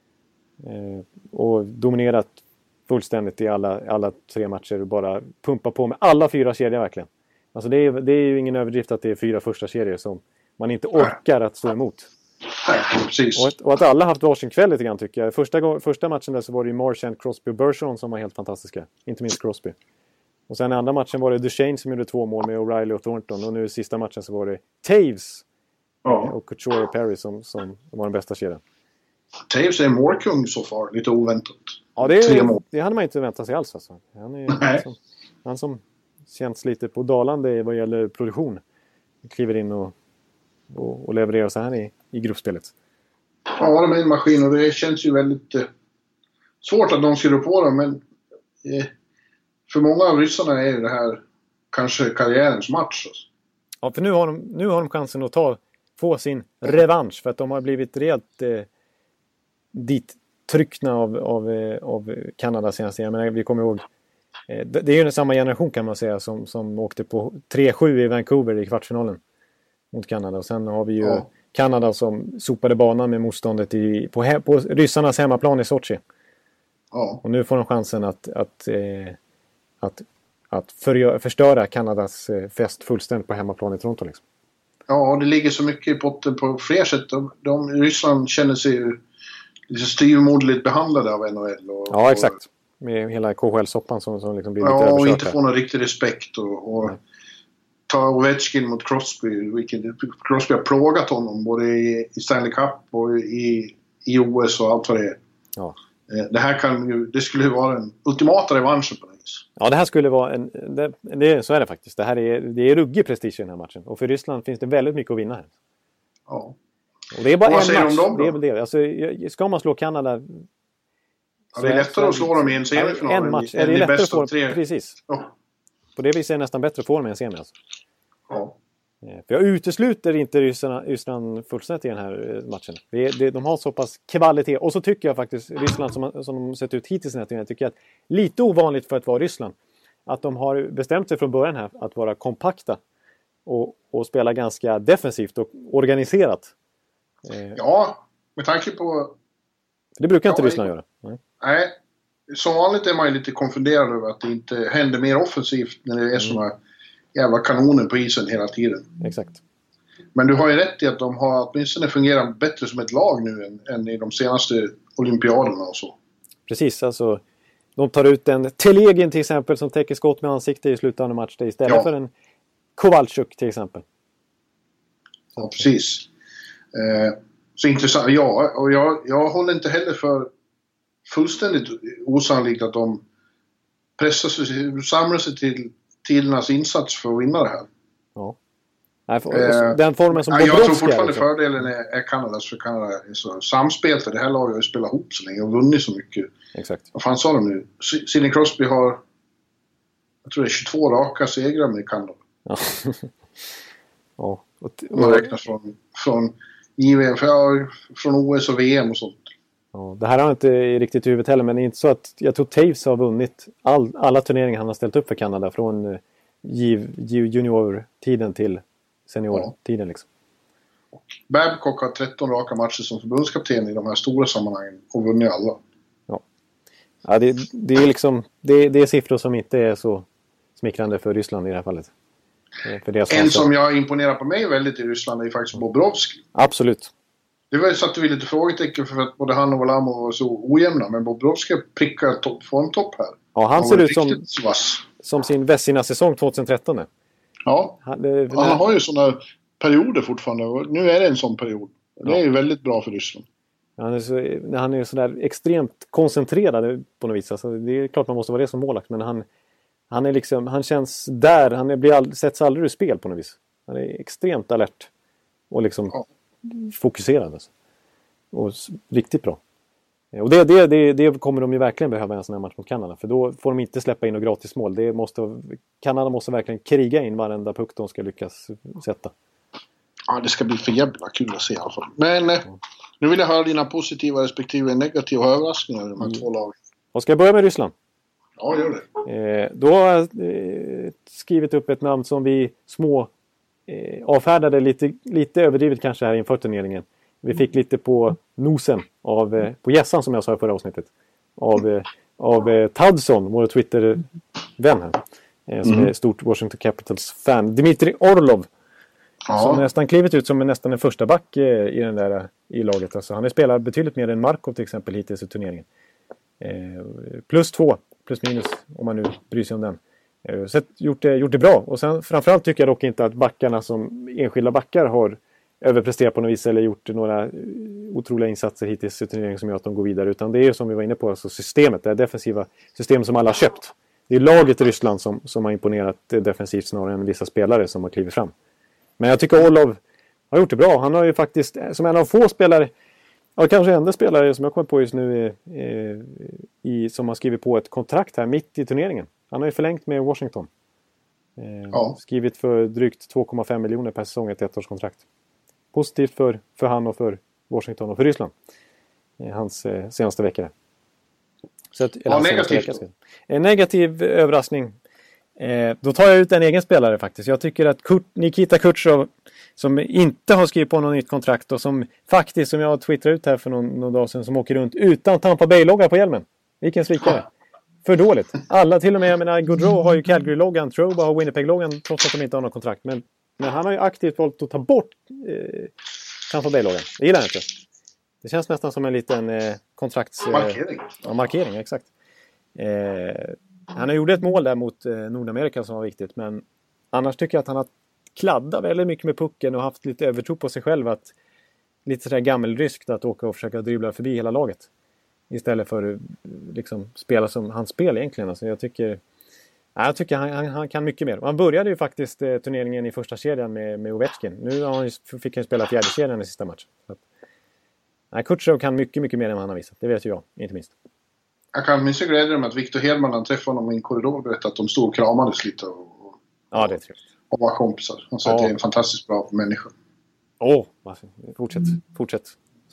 Och dominerat fullständigt i alla 3 matcher. Och bara pumpa på med alla 4 kedjor verkligen. Alltså det är ju ingen överdrift att det är 4 första serier som man inte orkar att stå emot. Nej, precis. Och att alla haft varsin kväll lite grann tycker jag. Första matchen där så var det ju Marchand, Crosby och Bergeron som var helt fantastiska. Inte minst Crosby. Och sen i andra matchen var det Duchesne som gjorde 2 mål med O'Reilly och Thornton. Och nu i sista matchen så var det Taves och Couture och Perry som var den bästa kedjan. Taves är målkung så far, lite oväntat. Ja, det hade man inte väntat sig alls. Alltså. Han som känns lite på dalande vad gäller produktion. Kliver in och levererar så här i gruppspelet. Ja, de är en maskin och det känns ju väldigt svårt att de ska på dem. Men för många av ryssarna är det här kanske karriärens match. Alltså. Ja, för nu har de chansen att få sin revansch. För att de har blivit rejält dit tryckna av Kanada senast. Jag menar, vi kommer ihåg. Det är ju samma generation kan man säga som åkte på 3-7 i Vancouver i kvartsfinalen mot Kanada. Och sen har vi ju Kanada som sopade banan med motståndet på ryssarnas hemmaplan i Sochi. Ja. Och nu får de chansen att förstöra Kanadas fest fullständigt på hemmaplan i Toronto. Liksom. Ja, det ligger så mycket i potten på fler sätt. Ryssland känner sig ju lite styvmoderligt behandlade av NHL. Ja, exakt. Med hela KHL-soppan som liksom blir lite överkörd. Ja, och inte här. får någon riktig respekt. Och ta Ovechkin mot Crosby. Crosby har plågat honom både i Stanley Cup och i OS och allt vad det är. Ja. Det här det skulle ju vara en ultimata revansch på det vis. Ja, det här skulle vara så är det faktiskt. Det är ruggig prestige i den här matchen. Och för Ryssland finns det väldigt mycket att vinna här. Ja. Och det är bara en match. Det är väl det. Alltså, ska man slå Kanada... Ja, det är lättare att slå dem i en semifinal en match. Än i bäst av 3. Precis. Ja. På det viset är det nästan bättre att få dem i en semi. Alltså. Ja. För jag utesluter inte Ryssland fullständigt i den här matchen. De har så pass kvalitet. Och så tycker jag faktiskt Ryssland som de sett ut hittills i den här turneringen, tycker jag att lite ovanligt för att vara Ryssland. Att de har bestämt sig från början här att vara kompakta. Och spela ganska defensivt och organiserat. Ja, med tanke på... Det brukar inte Ryssland göra. Nej, som vanligt är man ju lite konfunderad över att det inte händer mer offensivt när det är såna jävla kanoner på isen hela tiden. Exakt. Men du har ju rätt i att de har åtminstone fungerat bättre som ett lag nu än i de senaste olympiaderna och så. Precis, alltså de tar ut en Telegin till exempel som täcker skott med ansikte i slutande match istället för en Kowalczyk till exempel. Ja, precis. Så intressant. Ja, och jag håller inte heller för fullständigt osannolikt att de pressar sig, samlar sig till tidernas insats för att vinna det här. Ja. Den formen som jag tror fortfarande fördelen är Kanadas, för Kanada är så samspelt. Det här laget har ju spelat ihop så länge och vunnit så mycket. Exakt. Vad fan sa de nu? Sidney Crosby har, jag tror det är 22 raka segrar med Kanada. Ja. Ja. Man räknar från JVM, från OS och VM och sånt. Ja, det här har jag inte riktigt i huvudet heller, men det är inte så att jag tror Taves har vunnit alla turneringar han har ställt upp för Kanada från junior-tiden till senior-tiden liksom. Babcock har 13 raka matcher som förbundskapten i de här stora sammanhangen och vunnit alla. Ja, det är liksom det är siffror som inte är så smickrande för Ryssland i det här fallet. En som jag imponerar på mig väldigt i Ryssland är faktiskt Bobrovski. Absolut. Det var ju så att vi lite frågetecken för att både han och Varlamov var så ojämna, men Bobrovski prickar formtopp här. Ja, han ser ut som sin Vessina-säsong 2013. Ja, han har ju sådana perioder fortfarande och nu är det en sån period. Det är ju väldigt bra för Ryssland. Han är ju sådär extremt koncentrerad på något vis. Alltså, det är klart man måste vara det som målakt, men han är liksom, han känns där, han sätts aldrig ur spel på något vis. Han är extremt alert och liksom fokuserad alltså. Och riktigt bra. Och det kommer de ju verkligen behöva i en sån här match mot Kanada, för då får de inte släppa in något gratis mål. Kanada måste verkligen kriga in varenda puck de ska lyckas sätta. Ja, det ska bli för jävla kul att se i alla fall. Men nu vill jag höra dina positiva respektive negativa överraskningar i de här två lagen. Och ska jag börja med Ryssland? Ja, gör det. Då har jag skrivit upp ett namn som vi avfärdade lite överdrivet kanske här inför turneringen. Vi fick lite på nosen på gässan som jag sa i förra avsnittet. Av Tadson, vår Twitter-vän här. Som är stort Washington Capitals-fan. Dmitri Orlov. Som nästan klivit ut som nästan den första back i laget. Alltså, han har spelat betydligt mer än Markov till exempel hittills i turneringen. +2, plus minus om man nu bryr sig om den. Så gjort det bra. Och sen framförallt tycker jag dock inte att backarna som enskilda backar har överpresterat på något vis eller gjort några otroliga insatser hittills i turneringen som gör att de går vidare. Utan det är ju som vi var inne på, alltså systemet, det defensiva system som alla har köpt. Det är laget i Ryssland som har imponerat defensivt snarare än vissa spelare som har klivit fram. Men jag tycker Orlov har gjort det bra. Han har ju faktiskt, som en av få spelare, kanske enda spelare som jag kommer på just nu som har skrivit på ett kontrakt här mitt i turneringen. Han har ju förlängt med Washington. Skrivit för drygt 2,5 miljoner per säsong, ett ettårskontrakt. Positivt för han och för Washington och för Ryssland. Hans senaste vecka. En negativ överraskning. Då tar jag ut en egen spelare faktiskt. Jag tycker att Nikita Kucherov, som inte har skrivit på något nytt kontrakt och som faktiskt, som jag twittrade ut här för någon dag sedan, som åker runt utan Tampa Bay-logga på hjälmen. Vilken svikare. För dåligt. Alla, till och med, jag menar, Gaudreau har ju Calgary-loggan, Trouba har Winnipeg-loggan trots att de inte har något kontrakt. Men han har ju aktivt valt att ta bort Tampa Bay-loggan. Det gillar jag inte. Det känns nästan som en liten markering, exakt. Han har gjort ett mål där mot Nordamerika som var viktigt, men annars tycker jag att han har kladdat väldigt mycket med pucken och haft lite övertro på sig själv, att lite sådär gammelryskt att åka och försöka dribbla förbi hela laget istället för liksom spela som hans spel egentligen. Alltså jag tycker han kan mycket mer. Han började ju faktiskt turneringen i första kedjan med Ovechkin. Nu fick han spela fjärde kedjan i sista matchen. Kutjerov kan mycket, mycket mer än vad han har visat. Det vet ju jag, inte minst. Jag kan minst glädja mig att Victor Hedman, han träffade honom i en korridor och berättade att de stod och kramades lite. Ja, det är trevligt. Och var kompisar. Han sa att det är en fantastiskt bra människa. Fortsätt.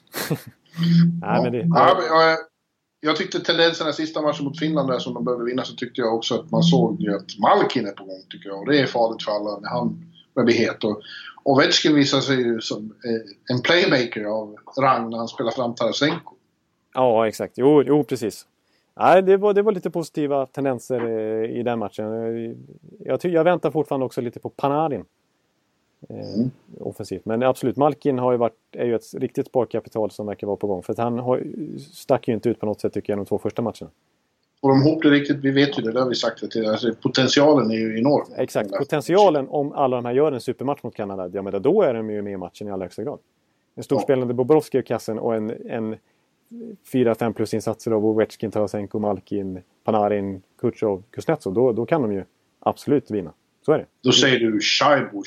Jag tyckte tendenserna sista matchen mot Finland där som de behövde vinna, så tyckte jag också att man såg att Malkin är på gång, tycker jag. Och det är farligt för alla när han blir het. Och Ovechkin visar sig ju som en playmaker av rang när han spelar fram Tarasenko. Ja, exakt. Jo, precis. Nej, det var lite positiva tendenser i den matchen. Jag väntar fortfarande också lite på Panarin. Offensivt. Men absolut, Malkin är ju ett riktigt sparkapital som verkar vara på gång. För att han stack ju inte ut på något sätt tycker jag de 2 första matcherna. Och de ihop det riktigt, vi vet ju det har vi sagt till. Alltså, potentialen är ju enorm. Exakt, potentialen om alla de här gör en supermatch mot Kanada, ja men då är de ju med i matchen i allra högsta grad. En storspelande Bobrovski i kassen och en 4-5 plus insatser av Ovechkin, Tarasenko, Malkin, Panarin, Kutjerov, Kuznetsov, då kan de ju absolut vinna. Så är det. Då säger du Shaibu.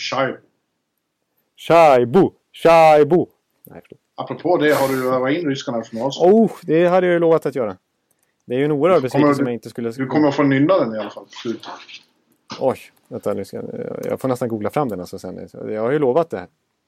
Nej, förlåt. Apropå det, har du övat in ryska nationalsången? Det hade jag ju lovat att göra. Det är ju en oerhörd besvikelse som jag inte skulle... Du kommer att få nynna den i alla fall. Oj, vänta, jag får nästan googla fram den alltså sen. Jag har ju lovat det här.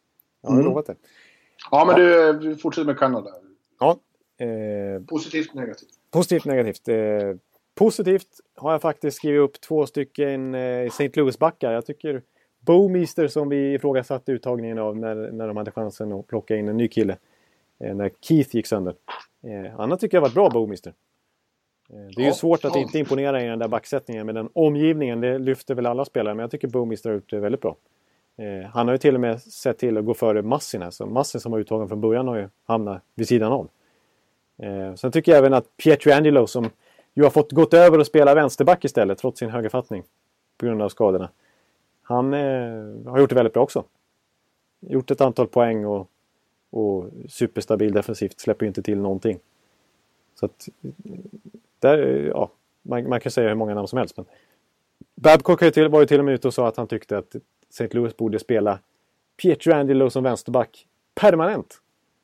Ja, men du fortsätter med Kanada. Ja. Positivt, negativt? Positivt, negativt. Positivt har jag faktiskt skrivit upp 2 stycken St. Louis-backar. Jag tycker Bouwmeester som vi ifrågasatte uttagningen av när de hade chansen att plocka in en ny kille. När Keith gick sönder. Han tycker jag har varit bra, Bouwmeester. Det är ju svårt att inte imponera i den där backsättningen med den omgivningen. Det lyfter väl alla spelare, men jag tycker Bouwmeester har gjort det väldigt bra. Han har ju till och med sett till att gå före Massin här. Så Massin som var uttagen från början har ju hamnat vid sidan av. Sen tycker jag även att Pietrangelo som ju har fått gått över och spela vänsterback istället trots sin högerfattning på grund av skadorna. Han har gjort det väldigt bra också. Gjort ett antal poäng och superstabil defensivt. Släpper inte till någonting. Så att där, ja, man kan säga hur många namn som helst. Men Babcock var ju till och med ute och sa att han tyckte att St. Louis borde spela Pietrangelo som vänsterback permanent.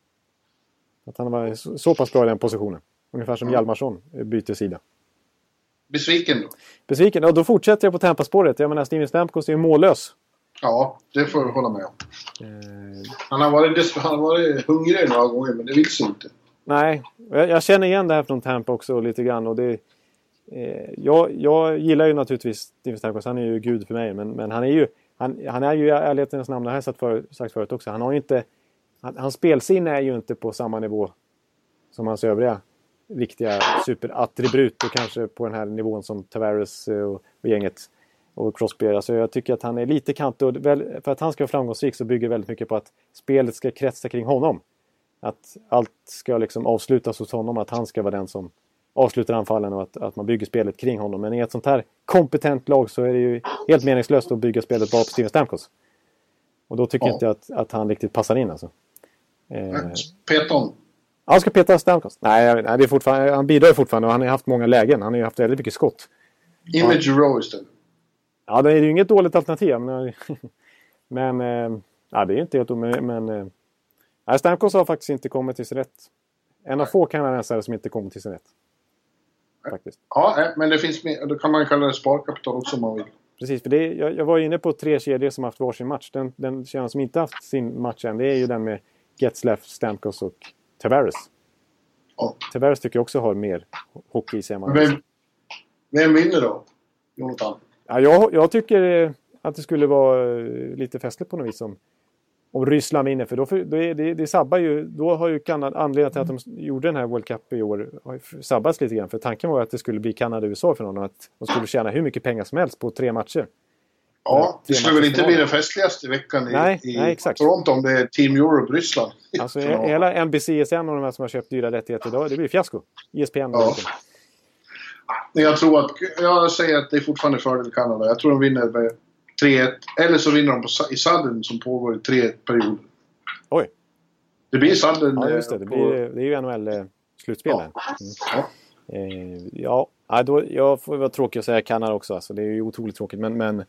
Att han var så pass bra i den positionen. Ungefär som Hjalmarsson byter sida. Besviken då? Besviken? Ja, då fortsätter jag på Tampa-spåret. Jag menar, Steven Stamkos är ju mållös. Ja, det får jag hålla med om. Han har varit hungrig några gånger, men det vill sig inte. Nej, jag känner igen det här från Tampa också lite grann. Och det, jag gillar ju naturligtvis Steven Stamkos. Han är ju gud för mig. Men han är ju i ärlighetens namn, det har jag sagt förut också. Han har ju inte... Hans spelsinne är ju inte på samma nivå som hans övriga riktiga superattribut och kanske på den här nivån som Tavares och gänget och Crosby. Alltså jag tycker att han är lite kantig och för att han ska vara framgångsrik så bygger väldigt mycket på att spelet ska kretsa kring honom. Att allt ska liksom avslutas hos honom, att han ska vara den som avslutar anfallen och att man bygger spelet kring honom. Men i ett sånt här kompetent lag så är det ju helt meningslöst att bygga spelet bara på Steven Stamkos. Och då tycker jag inte att han riktigt passar in alltså. Peton. Han ska peta Stamkos. Nej, det är fortfarande, han bidrar fortfarande och han har haft många lägen. Han har ju haft väldigt mycket skott. Image Rowe istället. Ja, det är ju inget dåligt alternativ. Men ja, det är inte helt men Stamkos har faktiskt inte kommit till sin rätt. En av få kanadensare som inte kommer till sin rätt. Faktiskt. Ja, men det finns med, då kan man kalla det sparkapital också om man vill. Precis, för jag var inne på 3 kedjor som haft varsin match. Den kedjan som inte haft sin match än, det är ju den med Getzlaf, Stamkos och Tavares. Ja. Tavares tycker jag också har mer hockey i sig. Vem vinner då? Jonathan? Ja, jag tycker att det skulle vara lite festligt på något vis om Ryssland vinner. För det sabbar ju. Då har ju Kanada anledning till att de gjorde den här World Cup i år sabbats lite grann. För tanken var att det skulle bli Kanada-USA för någon. Att de skulle tjäna hur mycket pengar som helst på 3 matcher. Ja, det skulle väl inte bli den festligaste veckan i Toronto om det är Team Europe-Ryssland. Alltså hela NBCSN och de här som har köpt dyra rättigheter idag, det blir fiasko. ESPN och jag säger att det är fortfarande fördel Kanada. Jag tror de vinner med 3-1. Eller så vinner de i sadden som pågår i 3 perioder. Oj. Det blir sadden. Ja, just det. Det är ju NHL-slutspel här. Jag får vara tråkig att säga Kanada också. Alltså, det är ju otroligt tråkigt. Men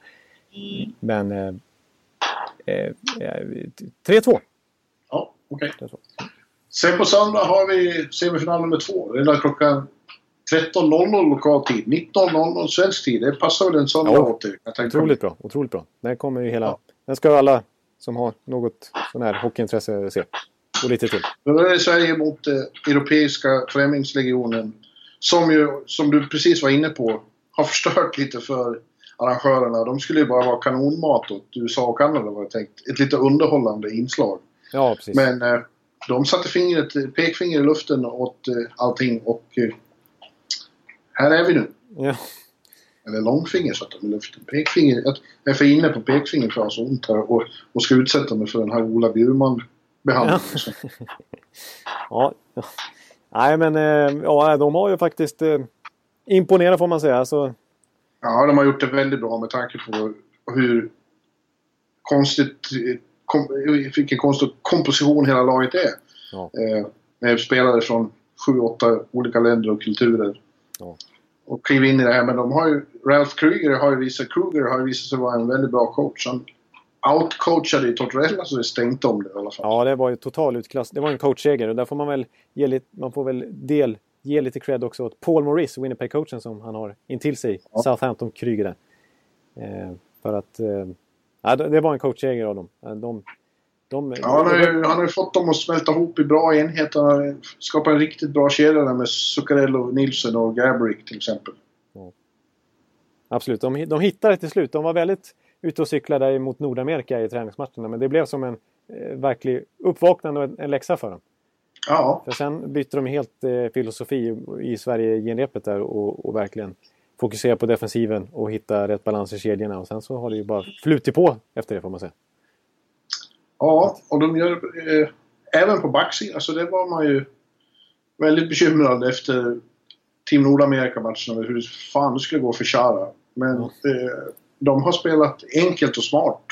3-2. Ja, okej. Okay. Sen på söndag har vi semifinal nummer 2. Redan klockan 13.00 lokal tid. 19.00 svensk tid. Det passar väl en söndag åt dig. Otroligt bra. Den kommer ju hela... Den ska alla som har något sån här hockeyintresse se. Och lite till. Då är det Sverige mot Europeiska främlingslegionen. Som du precis var inne på, har förstört lite för arrangörerna. De skulle ju bara vara kanonmat åt USA och Kanada, var jag tänkt. Ett lite underhållande inslag. Ja, precis. Men de satte pekfinger i luften åt allting och här är vi nu. Ja. Eller långfinger så att de lyfter. Pekfinger, jag är för inne på pekfinger för att ha så ont här och ska utsätta mig för den här Ola Bjurman-behandlingen. Ja. Nej, men ja, de har ju faktiskt imponerat får man säga. Så... Ja, de har gjort det väldigt bra med tanke på hur vilken konstig komposition hela laget är. Ja. Med spelare från 7-8 olika länder och kulturer. Ja. Och kliva in i det här. Men de har ju, Ralph Kruger har ju visat sig vara en väldigt bra coach. Han outcoachade i Tortorella så det stängt om det i alla fall. Ja, det var ju total utklass. Det var en coachseger och där får man väl ge lite cred också åt Paul Maurice, Winnipeg-coachen som han har intill sig. Ja. Southampton Kruger där. För att det var en coachseger av dem. Han har ju fått dem att smälta ihop i bra enheter. Han har skapat en riktigt bra kedja där med Zuccarello, Nilsson och Gabrick till exempel. Ja. Absolut, de hittade till slut. De var väldigt ute och cyklade mot Nordamerika i träningsmatcherna. Men det blev som en verklig uppvaknande och en läxa för dem. Ja. För sen bytte de helt filosofi i Sverige-genrepet där och verkligen fokusera på defensiven och hitta rätt balans i kedjorna. Och sen så har det ju bara flutit på efter det får man säga. Ja, och de gör även på backsidan. Så det var man ju väldigt bekymrad efter Team Nordamerika-matchen över hur fan det skulle gå för Chara. Men de har spelat enkelt och smart.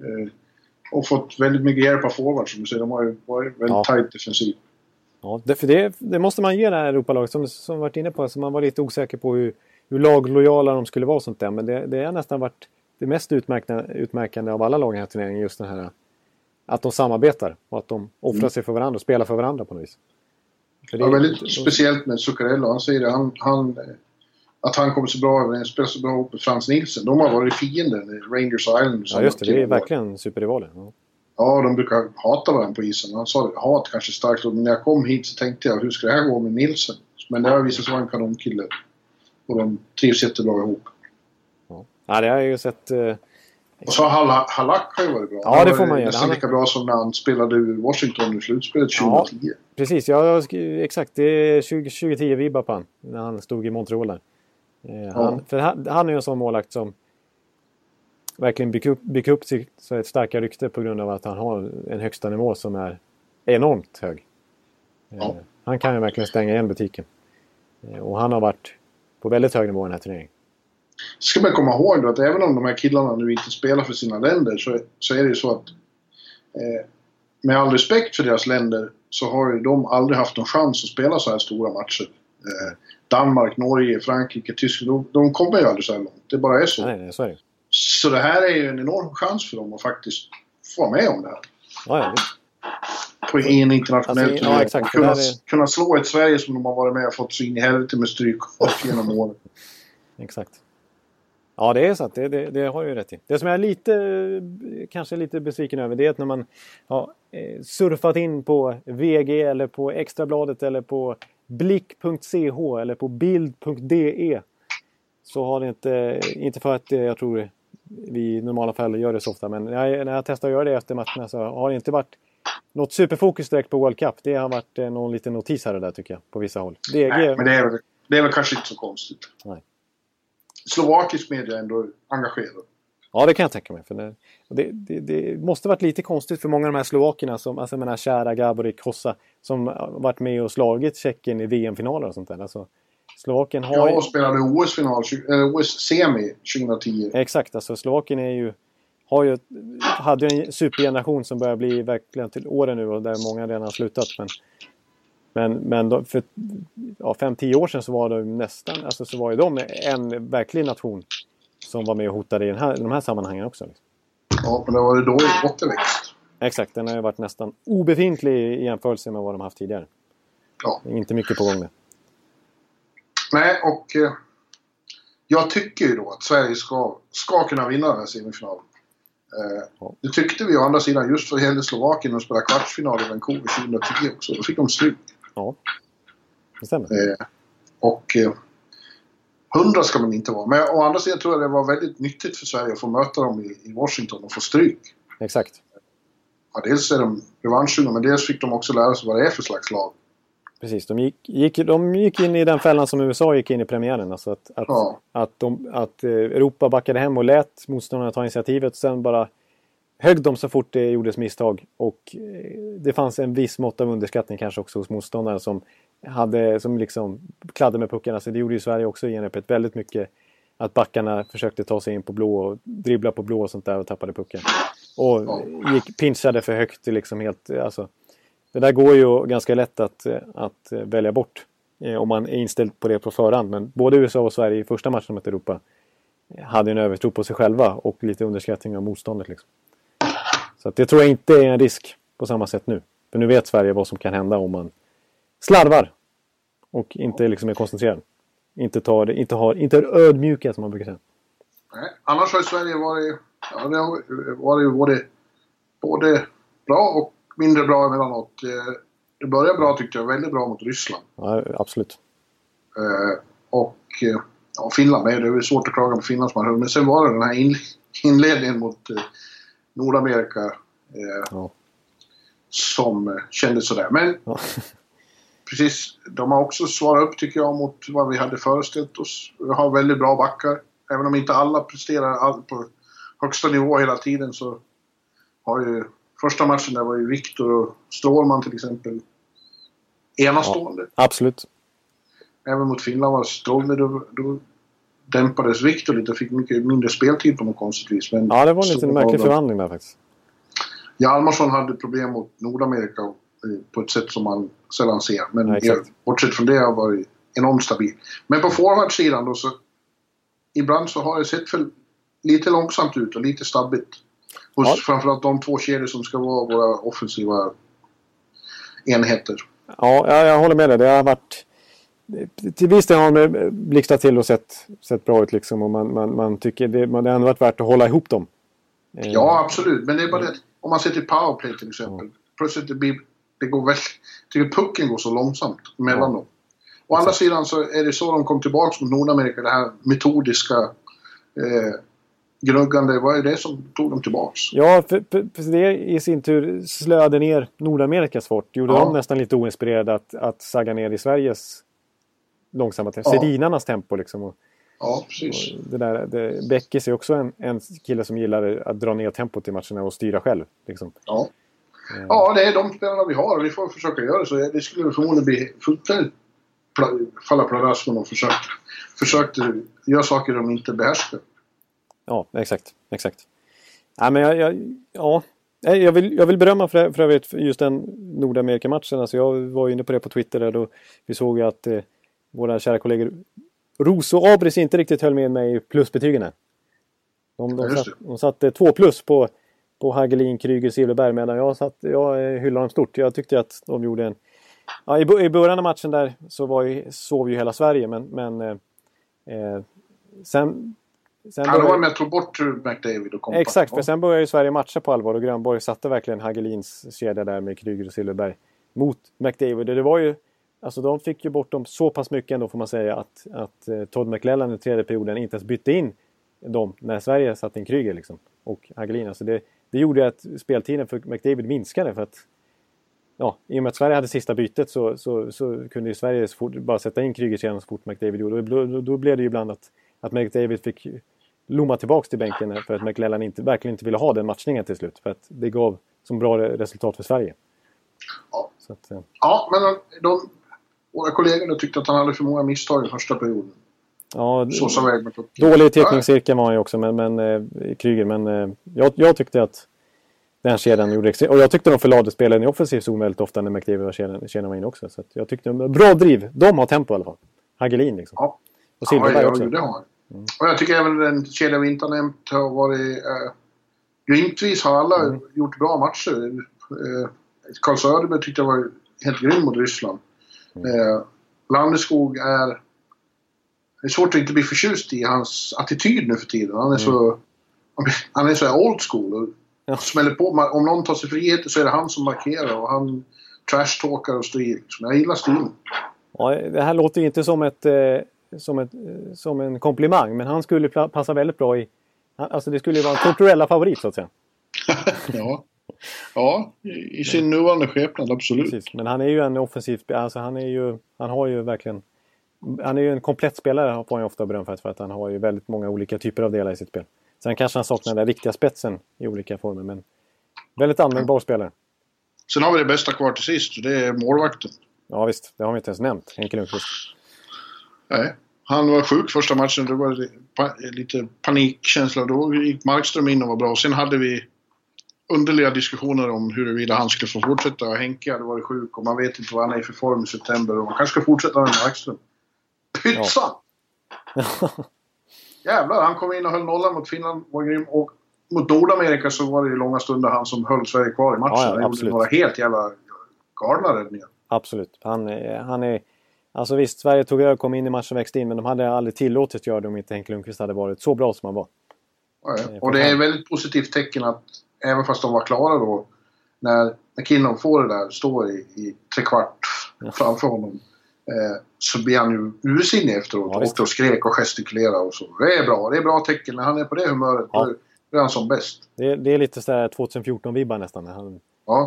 Och fått väldigt mycket hjälp av forward som du säger. De har ju varit väldigt tajt defensiv. Ja, för det måste man ge det här Europalaget som varit inne på. Alltså man var lite osäker på hur laglojala de skulle vara och sånt där. Men det har nästan varit det mest utmärkande av alla lag i den här turneringen. Just den här att de samarbetar och att de offrar sig för varandra och spelar för varandra på något vis. För det är väldigt speciellt med Zuccarello. Han säger det, att han kommer så bra överens, spelar så bra ihop med Frans Nielsen. De har varit fiender i Rangers Island. Ja just det är verkligen superrivaler. Ja, de brukar hata varandra på isen. Han sa det, hat kanske starkt. Men när jag kom hit så tänkte jag, hur ska det här gå med Nielsen? Men det har visat sig vara en kanonkille. Och de trivs jättebra ihop. Ja, det har jag ju sett... Och så Halak har ju varit bra. Ja, det får man göra. Nästan lika bra som när han spelade i Washington i slutspelet 2010. Ja, precis. Exakt. Det är 2010 vibbar på han. När han stod i Montreal där. Han är ju en sån målakt som verkligen bygger upp sig så ett starkare rykte på grund av att han har en högsta nivå som är enormt hög. Ja. Han kan ju verkligen stänga igen butiken. Och han har varit på väldigt hög nivå i den här turneringen. Ska man komma ihåg då att även om de här killarna nu inte spelar för sina länder så är det ju så att med all respekt för deras länder så har ju de aldrig haft någon chans att spela så här stora matcher. Danmark, Norge, Frankrike, Tyskland, de kommer ju aldrig så här långt. Det bara är så. Nej, så är det. Så det här är ju en enorm chans för dem att faktiskt få vara med om det här. Ja, på en internationell kunna slå ett Sverige som de har varit med och fått så in i helvete med stryk genom åren. Exakt. Ja, det är så att det har ju rätt i. Det som jag är kanske lite besviken över det är att när man har surfat in på VG eller på Extrabladet eller på blick.ch eller på bild.de så har det inte för att jag tror vi i normala fall gör det så ofta, men när jag testar att göra det efter matcherna så har det inte varit något superfokus direkt på World Cup. Det har varit någon liten notis här och där tycker jag på vissa håll. Nej, men det är väl kanske inte så konstigt. Nej. Slovakisk media är ändå engagerad. Ja, det kan jag tänka mig. För det måste varit lite konstigt för många av de här slovakerna som, alltså menar Chara, Gaborik, Hossa som varit med och slagit Tjeckien i VM-finaler och sånt där. Alltså, Slovakien har... Ja, och spelade OS-semi 2010. Exakt, alltså Slovakien hade ju en supergeneration som börjar bli verkligen till åren nu och där många redan har slutat. Men då, för 5-10 år sedan så var det nästan, alltså så var ju de en verklig nation som var med och hotade i de här sammanhangen också. Liksom. Ja, men det var ju då i återväxt. Exakt, den har ju varit nästan obefintlig i jämförelse med vad de haft tidigare. Ja. Inte mycket på gång med. Nej, och jag tycker ju då att Sverige ska kunna vinna den här semifinalen. Det tyckte vi å andra sidan just för hela Slovakien och spela kvartsfinal i Vancouver 2010 också. Då fick de stryk. Ja, det stämmer. Och 100 ska de inte vara. Men å andra sidan tror jag det var väldigt nyttigt för Sverige att få möta dem i Washington och få stryk. Exakt. Ja, dels är de revanschsugna men dels fick de också lära sig vad det är för slags lag. Precis, de gick in i den fällan som USA gick in i premiären. Alltså att Europa backade hem och lät motståndarna ta initiativet. Sen bara högg de så fort det gjordes misstag. Och det fanns en viss mått av underskattning kanske också hos motståndare som liksom kladde med puckarna. Så det gjorde ju Sverige också i genrepet väldigt mycket. Att backarna försökte ta sig in på blå och dribbla på blå och sånt där och tappade pucken. Och pinchade för högt liksom helt... Alltså, det där går ju ganska lätt att välja bort om man är inställd på det på förhand. Men både USA och Sverige i första matchen mot Europa hade en övertro på sig själva och lite underskattning av motståndet. Liksom. Så att det tror jag inte är en risk på samma sätt nu. För nu vet Sverige vad som kan hända om man slarvar och inte liksom är koncentrerad. Inte är ödmjuka som man brukar säga. Nej, annars har Sverige varit både bra och mindre bra emellanåt. Det började bra tyckte jag, väldigt bra mot Ryssland. Ja, absolut. Och Finland, det är svårt att klaga på Finlands match. Men sen var det den här inledningen mot Nordamerika som kändes sådär. Men precis, de har också svarat upp tycker jag mot vad vi hade föreställt oss. Vi har väldigt bra backar. Även om inte alla presterar på högsta nivå hela tiden så har ju första matchen där var ju Viktor och Strålman till exempel enastående. Ja, absolut. Även mot Finland var strålande då dämpades Viktor lite och fick mycket mindre speltid på något konstigt vis. Men ja, det var en liten märklig förvandling där faktiskt. Hjalmarsson hade problem mot Nordamerika på ett sätt som man sällan ser. Men bortsett från det har varit enormt stabil. Men på forwardsidan då så ibland så har det sett för lite långsamt ut och lite stabbigt. Hos framförallt de två kedjor som ska vara våra offensiva enheter. Ja, jag håller med dig. Det har varit... Till viss del har det blixtrat till och sett bra ut liksom. Och man tycker det har ändå varit värt att hålla ihop dem. Ja, absolut. Men det är bara det. Om man ser till powerplay till exempel. Plötsligt det går väl... Tycker pucken går så långsamt mellan dem. Å andra sidan så är det så de kom tillbaka mot Nordamerika. Det här metodiska... gruggande, vad är det som tog dem tillbaks? Ja, för det i sin tur slöade ner Nordamerikas fart. Gjorde dem nästan lite oinspirerade att sagga ner i Sveriges långsamma tempo. Sedinarnas tempo liksom. Ja, precis. Och Bäckis är också en kille som gillar att dra ner tempot i matcherna och styra själv. Liksom. Ja, det är de spelarna vi har och vi får försöka göra så. Det skulle förmodligen bli fullständigt falla pladask om de försökte göra saker de inte behärskar. Ja, exakt. Ja, men jag vill berömma för övrigt just den Nordamerika-matchen. Alltså jag var inne på det på Twitter där då vi såg att våra kära kollegor Ros och Abris inte riktigt höll med mig i plusbetygen. De satte 2+ på Hagelin, Kryger, Silverberg medan jag hyllade dem stort. Jag tyckte att de gjorde en... Ja, i början av matchen där så sov ju hela Sverige men sen det var med att ta bort McDavid och kompa. Exakt, för sen började ju Sverige matcha på allvar och Grönborg satte verkligen Hagelins kedja där med Kryger och Silverberg mot McDavid. Det var ju, alltså de fick ju bort dem så pass mycket ändå får man säga att Todd McLellan i tredje perioden inte ens bytte in dem när Sverige satte in Kryger liksom, och Hagelin. Alltså det gjorde att speltiden för McDavid minskade för att i och med att Sverige hade sista bytet så kunde ju Sverige bara sätta in Kryger så fort McDavid gjorde. Då blev det ju ibland att McDavid fick lomma tillbaks till bänken för att McLellan verkligen inte ville ha den matchningen till slut. För att det gav som bra resultat för Sverige. Ja, så att, men våra kollegor tyckte att han hade för många misstag i första perioden. Ja, så dålig teckningscirkeln var han ju också, men Kryger. Men jag tyckte att den kedjan gjorde extremt. Och jag tyckte de förlade spelen i offensiv zon väldigt ofta när McDavid kedjan var in också. Så att jag tyckte bra driv. De har tempo i alla fall. Hagelin liksom. Ja. Och Silverberg också. Det har. Och jag tycker även den kedjan vi inte har nämnt har varit... Glimtvis har alla gjort bra matcher. Carl Söderberg tyckte jag var helt grym mot Ryssland. Landeskog är... Det är svårt att inte bli förtjust i hans attityd nu för tiden. Han är så old school och smäller på. Om någon tar sig frihet så är det han som markerar och han trash-talkar och står i. Jag gillar stilen. Ja, det här låter inte som en komplimang, men han skulle passa väldigt bra i... Alltså det skulle ju vara en kulturella favorit så att säga. Ja. Ja, i sin nuvarande skepnad, absolut. Precis. Men han är ju en offensiv spelare. Alltså han har ju verkligen... Han är ju en komplett spelare, får han ju ofta beröm för att han har ju väldigt många olika typer av delar i sitt spel. Sen kanske han saknar den riktiga spetsen i olika former, men väldigt användbar spelare. Sen har vi det bästa kvar till sist, och det är målvakten. Ja visst, det har vi inte ens nämnt. Henke Lundqvist. Nej, han var sjuk första matchen. Det var lite panikkänsla. Då gick Markström in och var bra. Och sen hade vi underliga diskussioner om huruvida han skulle få fortsätta. Henke hade varit sjuk och man vet inte vad han är för form i september. Och man kanske ska fortsätta med Markström. Pytsan! Ja. Jävlar, han kom in och höll nollan mot Finland. Var grym. Och mot Nordamerika så var det i långa stunder han som höll Sverige kvar i matchen. Ja, absolut. Det var helt jävla galna räddningar. Absolut. Han är... Alltså visst, Sverige tog över, kom in i matchen och växte in, men de hade aldrig tillåtit göra det om inte Henke Lundqvist hade varit så bra som han var. Ja. Och det är ett väldigt positivt tecken att även fast de var klara då, när Kinnon får det där, står i trekvart framför honom, så blir han ju ursinnig efteråt. Ja, och skrek och gestikulerade och så. Det är bra tecken. När han är på det humöret, då är han som bäst. Det är lite sådär 2014-vibbar nästan.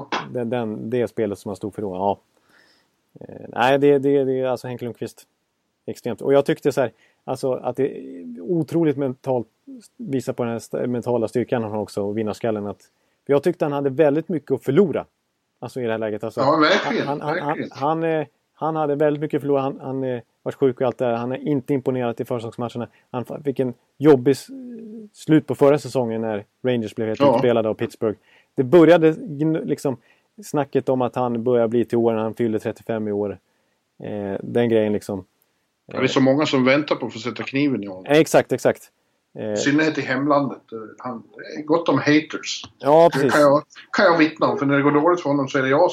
Det spelet som han stod för då. Ja. Nej, det är alltså Henke Lundqvist extremt. Och jag tyckte så här, alltså att det är otroligt mentalt, visar på den här mentala styrkan han har också, och vinnarskallen. För jag tyckte han hade väldigt mycket att förlora. Alltså i det här läget. Alltså, ja, verkligen. Han hade väldigt mycket att förlora. Han var sjuk och allt det där. Han är inte imponerat i försäsongsmatcherna. Han fick en jobbig slut på förra säsongen när Rangers blev helt utspelade av Pittsburgh. Det började liksom snacket om att han börjar bli till åren. Han fyllde 35 i år. Den grejen liksom. Det är så många som väntar på att få sätta kniven i honom. Exakt. I synnerhet i hemlandet. Han är gott om haters. Ja, precis. Det kan jag vittna om. För när det går dåligt för honom så är det jag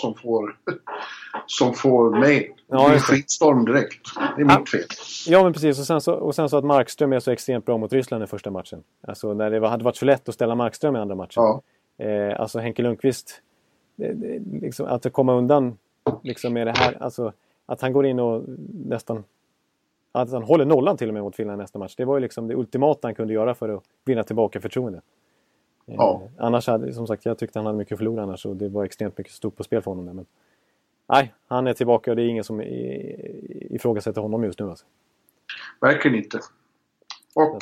som får mig. Det är en skitstorm direkt. Det är mitt fel. Ja, men precis. Och sen så att Markström är så extremt bra mot Ryssland i första matchen. Alltså när det hade varit så lätt att ställa Markström i andra matchen. Ja. Alltså Henke Lundqvist, liksom, att komma undan liksom med det här. Alltså att han går in och nästan... Att han håller nollan till och med mot Finland nästa match. Det var ju liksom det ultimata han kunde göra för att vinna tillbaka förtroende. Ja. Annars hade, som sagt, jag tyckte han hade mycket att förlora annars. Och det var extremt mycket stort på spel för honom där. Men nej, han är tillbaka och det är ingen som ifrågasätter honom just nu. Alltså. Verkligen inte. Och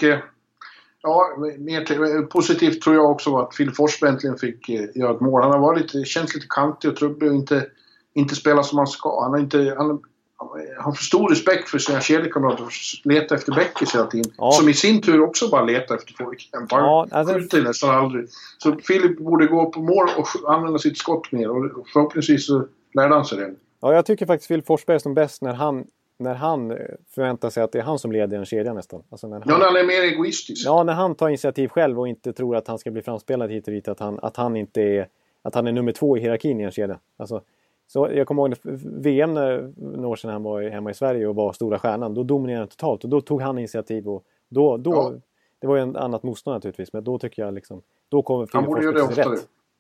mer positivt tror jag också var att Phil Forsberg äntligen fick göra ett mål. Han har varit känns lite kantig och trubbig och inte spelat som han ska. Han har för stor respekt för sina kedjekamrater och letar efter Bäckis hela tiden. Ja. Som i sin tur också bara letar efter folk. Han skjuter nästan aldrig. Så Philip borde gå på mål och använda sitt skott mer. Och förhoppningsvis så lärde han sig det. Ja, jag tycker faktiskt Phil Forsberg är som bäst när han förväntar sig att det är han som leder en kedja nästan. Alltså när han är mer egoistisk. Ja, när han tar initiativ själv och inte tror att han ska bli framspelad hit och dit. Att han är nummer 2 i hierarkin i en kedja. Alltså, så jag kommer ihåg VM några år sedan han var hemma i Sverige och var stora stjärnan. Då dominerade han totalt och då tog han initiativ och då det var ju en annat motstånd naturligtvis, men då tycker jag liksom då kommer han borde göra det oftare.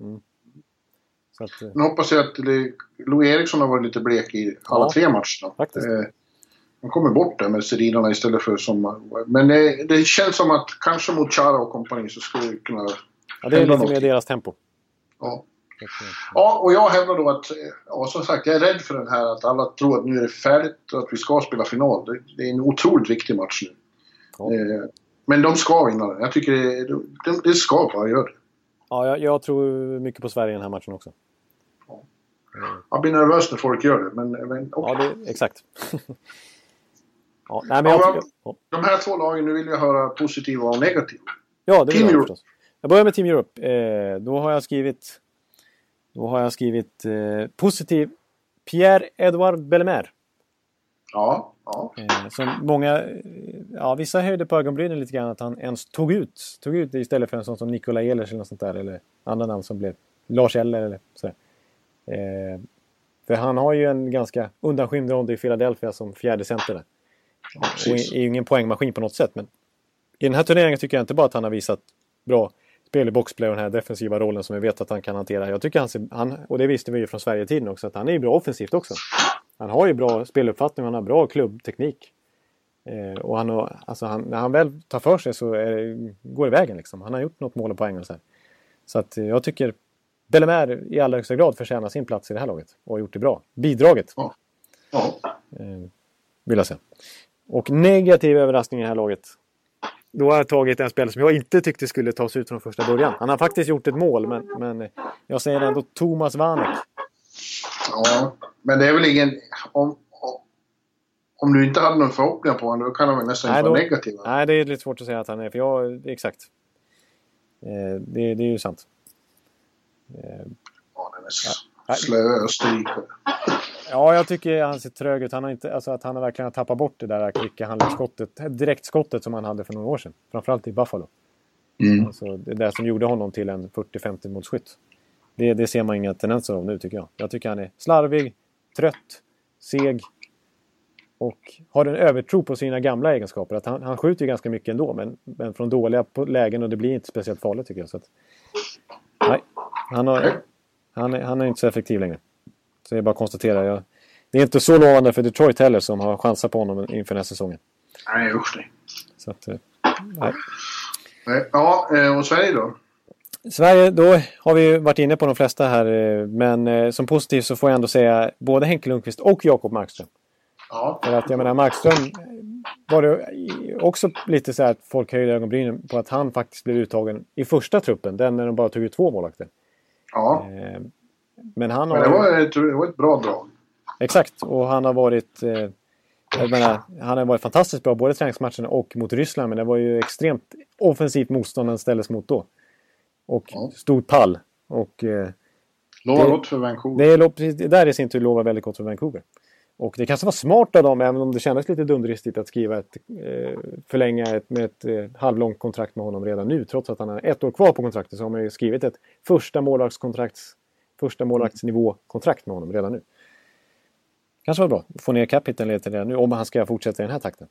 Så att, nu hoppas jag att Louis Eriksson har varit lite blek i alla 3 matcherna. Faktiskt. Han kommer bort där med Sedinarna istället för som... Men det känns som att kanske mot Chara och kompani så skulle det kunna... Ja, det är lite mer deras tempo. Ja. Ja, och jag hävdar då att, som sagt, jag är rädd för den här att alla tror att nu är det färdigt och att vi ska spela final. Det är en otroligt viktig match nu. Ja. Men de ska vinna den. Jag tycker det ska bara göra det. Ja, jag tror mycket på Sverige i den här matchen också. Ja. Jag blir nervös när folk gör det, men okay. Ja, exakt. Ja, nej, men de här 2 lagen, nu vill jag höra positiva och negativa. Ja, det vill jag förstås. Jag börjar med Team Europe. Då har jag skrivit positiv Pierre-Edouard Bellemare. Ja. Som många, vissa höjde på ögonbrynen lite grann att han ens tog ut istället för en sån som Nikola Ehlers eller något sånt där, eller andra namn som blev Lars Eller eller sådär. För han har ju en ganska undanskymd roll i Philadelphia som fjärde center där. Och är ju ingen poängmaskin på något sätt, men i den här turneringen tycker jag inte bara att han har visat bra spel i boxplay och den här defensiva rollen som vi vet att han kan hantera. Jag tycker han och det visste vi ju från Sverige-tiden också, att han är ju bra offensivt också. Han har ju bra speluppfattning och han har bra klubbteknik. Och när han väl tar för sig så går det vägen liksom. Han har gjort något mål och poäng och så här. Så att jag tycker Bellemare i allra högsta grad förtjänar sin plats i det här laget. Och har gjort det bra. Bidraget. Ja. Vill jag säga. Och negativ överraskning i det här laget. Då har jag tagit en spelare som jag inte tyckte skulle tas ut från första början. Han har faktiskt gjort ett mål, men jag säger ändå Thomas Vanek. Ja, men det är väl ingen... Om du inte hade någon förhoppning på honom, då kan han väl nästan inte vara negativ. Nej, det är lite svårt att säga att han är. För jag, exakt. Det är ju sant. Ja, den är slö och stryker. Ja, jag tycker han ser trög ut. Han har inte, alltså att han har verkligen tappat bort det där kvicka handledsskottet, direktskottet som han hade för några år sedan. Framförallt i Buffalo. Alltså, det där som gjorde honom till en 40-50 målskytt. Det ser man inga tendenser av nu, tycker jag. Jag tycker han är slarvig, trött, seg och har en övertro på sina gamla egenskaper. Att han skjuter ju ganska mycket ändå, men från dåliga lägen, och det blir inte speciellt farligt, tycker jag. Så att, nej, han är inte så effektiv längre. Så jag bara konstaterar, det är inte så lovande för Detroit heller, som har chansat på honom inför den här säsongen. Nej, usch nej. Så att, nej. Ja, och Sverige då? Sverige, då har vi varit inne på de flesta här, men som positiv så får jag ändå säga både Henke Lundqvist och Jakob Markström. Ja. För att jag menar, Markström var det också lite så här att folk höjde ögonbrynen på att han faktiskt blev uttagen i första truppen, den när de bara tog ut 2 målvakter. Ja. Men det var ett bra drag. Exakt, och han har varit han har varit fantastiskt bra både i träningsmatcherna och mot Ryssland, men det var ju extremt offensivt motstånd han ställdes mot då. Och stod pall. Och lovar gott för Vancouver. Det där i sin tur lovar väldigt gott för Vancouver. Och det kanske var smart av dem, även om det kändes lite dunderistigt att skriva förlänga med ett halvlångt kontrakt med honom redan nu. Trots att han har 1 år kvar på kontraktet, så har man ju skrivit ett första målvaktsnivå-kontrakt med honom redan nu. Kanske var bra att få ner capiten lite där nu, om han ska fortsätta i den här takten.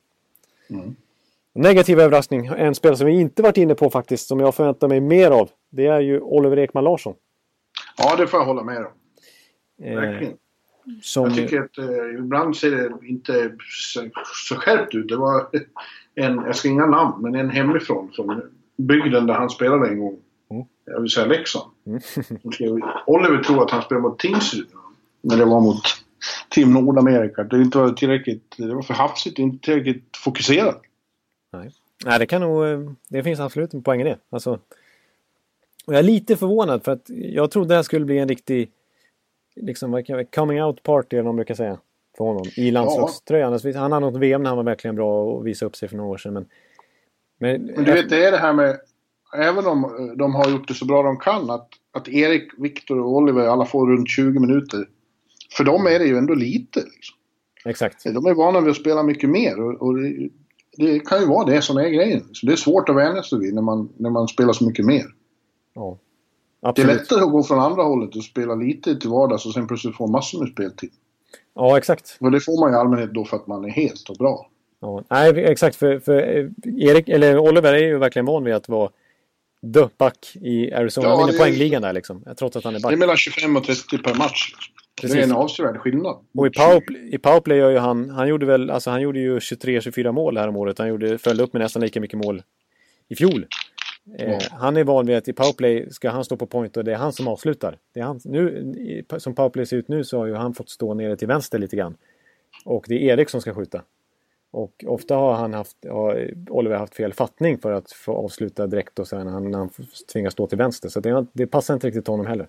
Negativ överraskning, en spelare som vi inte varit inne på faktiskt, som jag förväntar mig mer av, det är ju Oliver Ekman Larsson. Ja, det får jag hålla med om. Verkligen. Jag tycker att ibland ser det inte så skärpt ut. Det var jag ska inga namn, men en hemifrån från bygden där han spelade en gång. Jag vill säga Leksand. Oliver tror att han spelade mot Tingsryd när det var mot Team Nordamerika. Det inte var tillräckligt, det var för hafsigt och inte tillräckligt fokuserat. Nej, det kan nog, det finns absolut en poäng i det. Alltså, och jag är lite förvånad, för att jag trodde det här skulle bli en riktig liksom coming out party, eller vad man brukar säga, för honom i landslagströjan. Ja. Han hade något VM när han var verkligen bra och visade upp sig för några år sedan, men du vet, det är det här med, även om de har gjort det så bra de kan, att Erik, Viktor och Oliver alla får runt 20 minuter. För dem är det ju ändå lite liksom. Exakt. De är vana vid att spela mycket mer, och det kan ju vara det som är grejen. Så det är svårt att vänja sig vid när man spelar så mycket mer. Ja. Absolut. Det är lättare att gå från andra hållet och spela lite till vardags och sen plötsligt få massor med speltid. Ja, exakt. Och det får man i allmänhet då för att man är helt och bra. Ja, nej, exakt. För Erik, eller Oliver är ju verkligen van vid att vara back i Arizona. Han vinner poängligan där liksom. Trots att han är back. Det är mellan 25 och 30 per match. Det är en avsevärd skillnad. Och i powerplay gör ju han gjorde ju 23-24 mål här om året. Han följde upp med nästan lika mycket mål i fjol. Han är van vid att i powerplay ska han stå på point, och det är han som avslutar. Det är han, nu, som powerplay ser ut nu, så har ju han fått stå nere till vänster lite grann. Och det är Erik som ska skjuta. Och ofta har Oliver haft fel fattning för att få avsluta direkt, och sen han tvingas stå till vänster. Så det passar inte riktigt honom heller.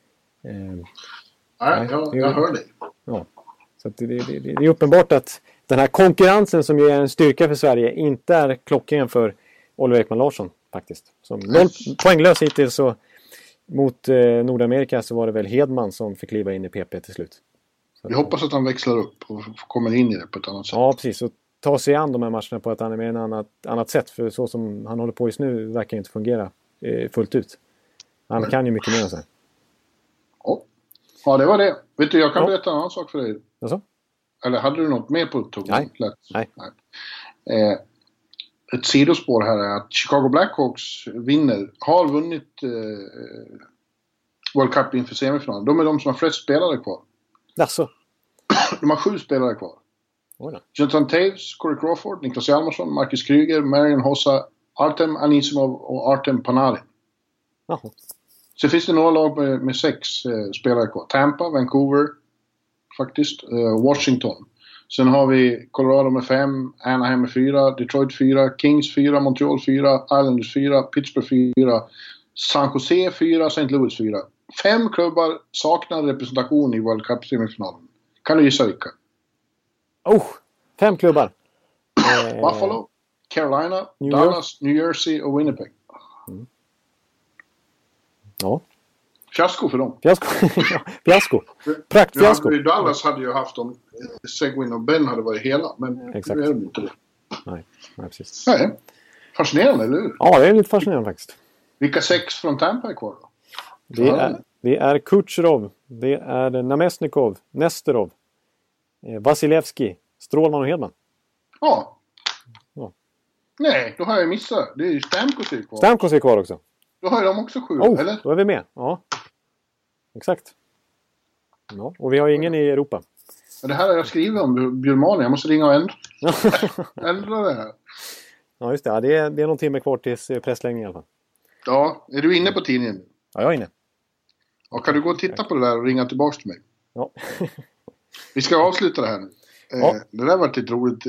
Nej, jag hör dig. Ja. Så det är uppenbart att den här konkurrensen som ju är en styrka för Sverige inte är klockren för Oliver Ekman Larsson faktiskt. Som 0 poänglös hittills, så mot Nordamerika så var det väl Hedman som fick kliva in i PP till slut. Vi hoppas att han växlar upp och kommer in i det på ett annat sätt. Ja, precis. Och ta sig an de här matcherna på ett annat sätt. För så som han håller på just nu verkar inte fungera fullt ut. Han kan ju mycket mer än så här. Ja, det var det. Vet du, jag kan berätta en annan sak för dig. Alltså? Eller hade du något mer på tuggan? Nej. Ett sidospår här är att Chicago Blackhawks har vunnit World Cup inför semifinalen. De är de som har flest spelare kvar. Alltså. De har 7 spelare kvar. Jonathan Taves, Corey Crawford, Niklas Hjalmarsson, Marcus Kryger, Marian Hossa, Artem Anisimov och Artem Panarin. Jaha. Så finns det några lag med 6 spelare kvar. Tampa, Vancouver faktiskt, Washington. Sen har vi Colorado med 5, Anaheim med 4, Detroit 4, Kings 4, Montreal 4, Islanders 4, Pittsburgh 4, San Jose 4, St. Louis 4. 5 klubbar saknar representation i World Cup-semifinalen. Kan du gissa vilka? 5 klubbar. Buffalo, Carolina, Dallas, New Jersey och Winnipeg. Ja. Fiasko för dem. Fiasko. Praktfiasko. Dallas hade ju haft dem. Seguin och Ben hade varit hela. Men exakt. Nu är de inte det. Nej, precis. Nej. Fascinerande, eller hur? Ja, det är lite fascinerande faktiskt. Vilka 6 från Tampa är kvar då? Det är Kucherov. Det är Namestnikov. Nesterov. Vasilevski. Strålman och Hedman. Ja. Nej, då har jag missat. Det är ju Stamkos kvar. Stamkos är kvar också. Då har de också 7, eller? Då är vi med. Ja. Exakt. Ja, och vi har ingen i Europa. Det här har jag skrivit om Björnman. Jag måste ringa och ändra det här. Ja, just det. Ja, det är någon timme kvar tills pressläggning i alla fall. Ja, är du inne på tidningen? Ja, jag är inne. Ja, kan du gå och titta på det där och ringa tillbaka till mig? Ja. Vi ska avsluta det här nu. Ja. Det där var ett roligt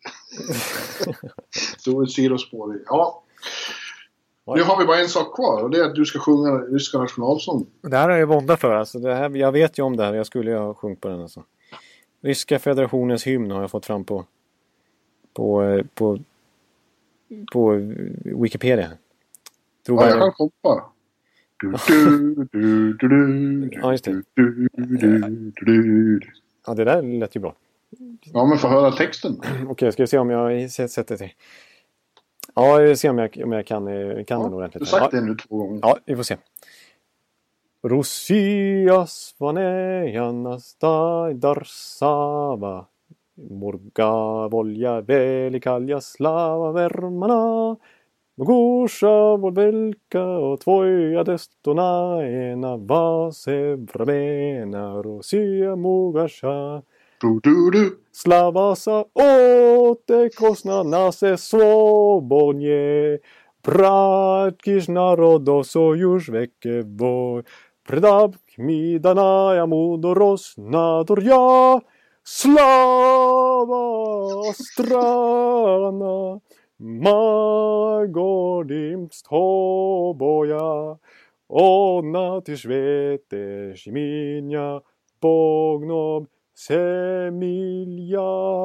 sidospår. Ja. Nu har vi bara en sak kvar och det är att du ska sjunga ryska nationalsång. Det här är jag vånda för. Alltså, jag vet ju om det här. Jag skulle ju ha sjungit på den. Alltså. Ryska federationens hymn har jag fått fram på Wikipedia. Ja, jag kan hoppa. Ja, just det. Ja, det där lät ju bra. Ja, men få höra texten. Okej, ska vi se om jag sätter till. Ja, vi ser om jag kan den ordentligt. Du har sagt det nu 2 gånger. Ja, vi får se. Rusias vanejanas darsava Morga volja velikalja slava vermana Mogusha volvelka och tvoja destona ena vase vramena Rusia mugasha Slavasa ote kosna nase svobodnie Bratkiš narodo sojuž veke voj Predavk mi danaja mudoros nadorja Slava strana Magordim stoboja Ona ty svete šiminja Bognom Semilja.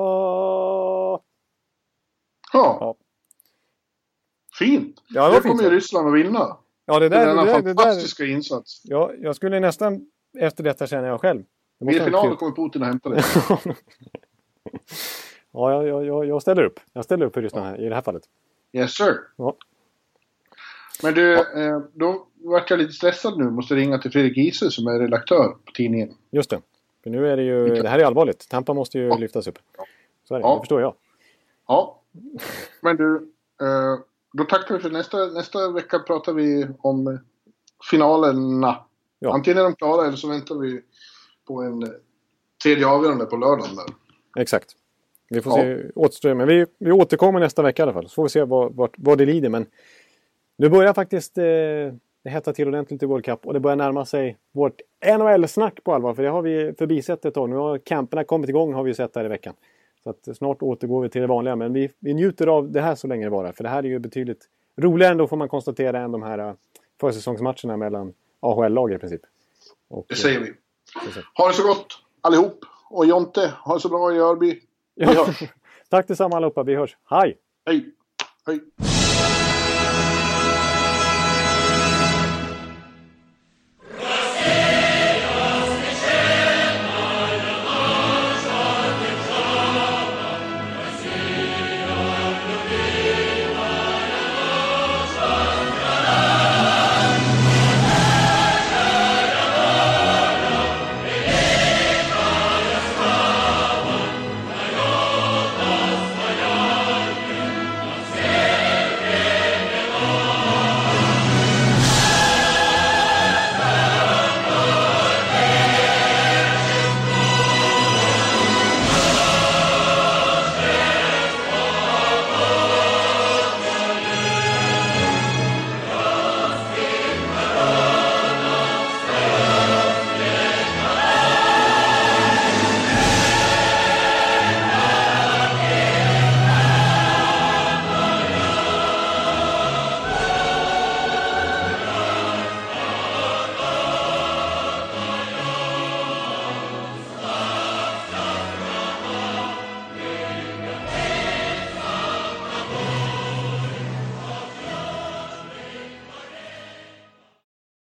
Ja. Fint. Ja, det kommer ju Ryssland att vinna. Ja, det där är en fantastiska insats. Ja, jag skulle nästan efter detta känner jag själv. I finalen kommer Putin att hämta det. Ja, jag ställer upp. Jag ställer upp för Ryssland här, i det här fallet. Yes, sir. Ja. Men du, då vart jag lite stressad nu. Måste ringa till Fredrik Giese som är redaktör på tidningen. Just det. För nu är det ju... Det här är allvarligt. Tampa måste ju lyftas upp. Så är det. Det förstår jag. Ja. Men du, då tackar vi för nästa vecka pratar vi om finalerna. Ja. Antingen är de klara eller så väntar vi på en tredje avgörande på lördagen där. Exakt. Vi får se återstår. Men vi återkommer nästa vecka i alla fall. Så får vi se vad det lider. Men nu börjar faktiskt det hetta till ordentligt i World Cup. Och det börjar närma sig vårt NHL-snack på allvar. För det har vi förbisett ett tag. Nu har camperna kommit igång har vi sett här i veckan. Så att snart återgår vi till det vanliga. Men vi njuter av det här så länge det varar. För det här är ju betydligt roligare ändå får man konstatera än de här försäsongsmatcherna mellan AHL-lag i princip. Och, det säger vi. Ha det så gott allihop. Och Jonte, ha det så bra i Örby. Ja. Tack detsamma allihopa. Vi hörs. Hej! Hej! Hej!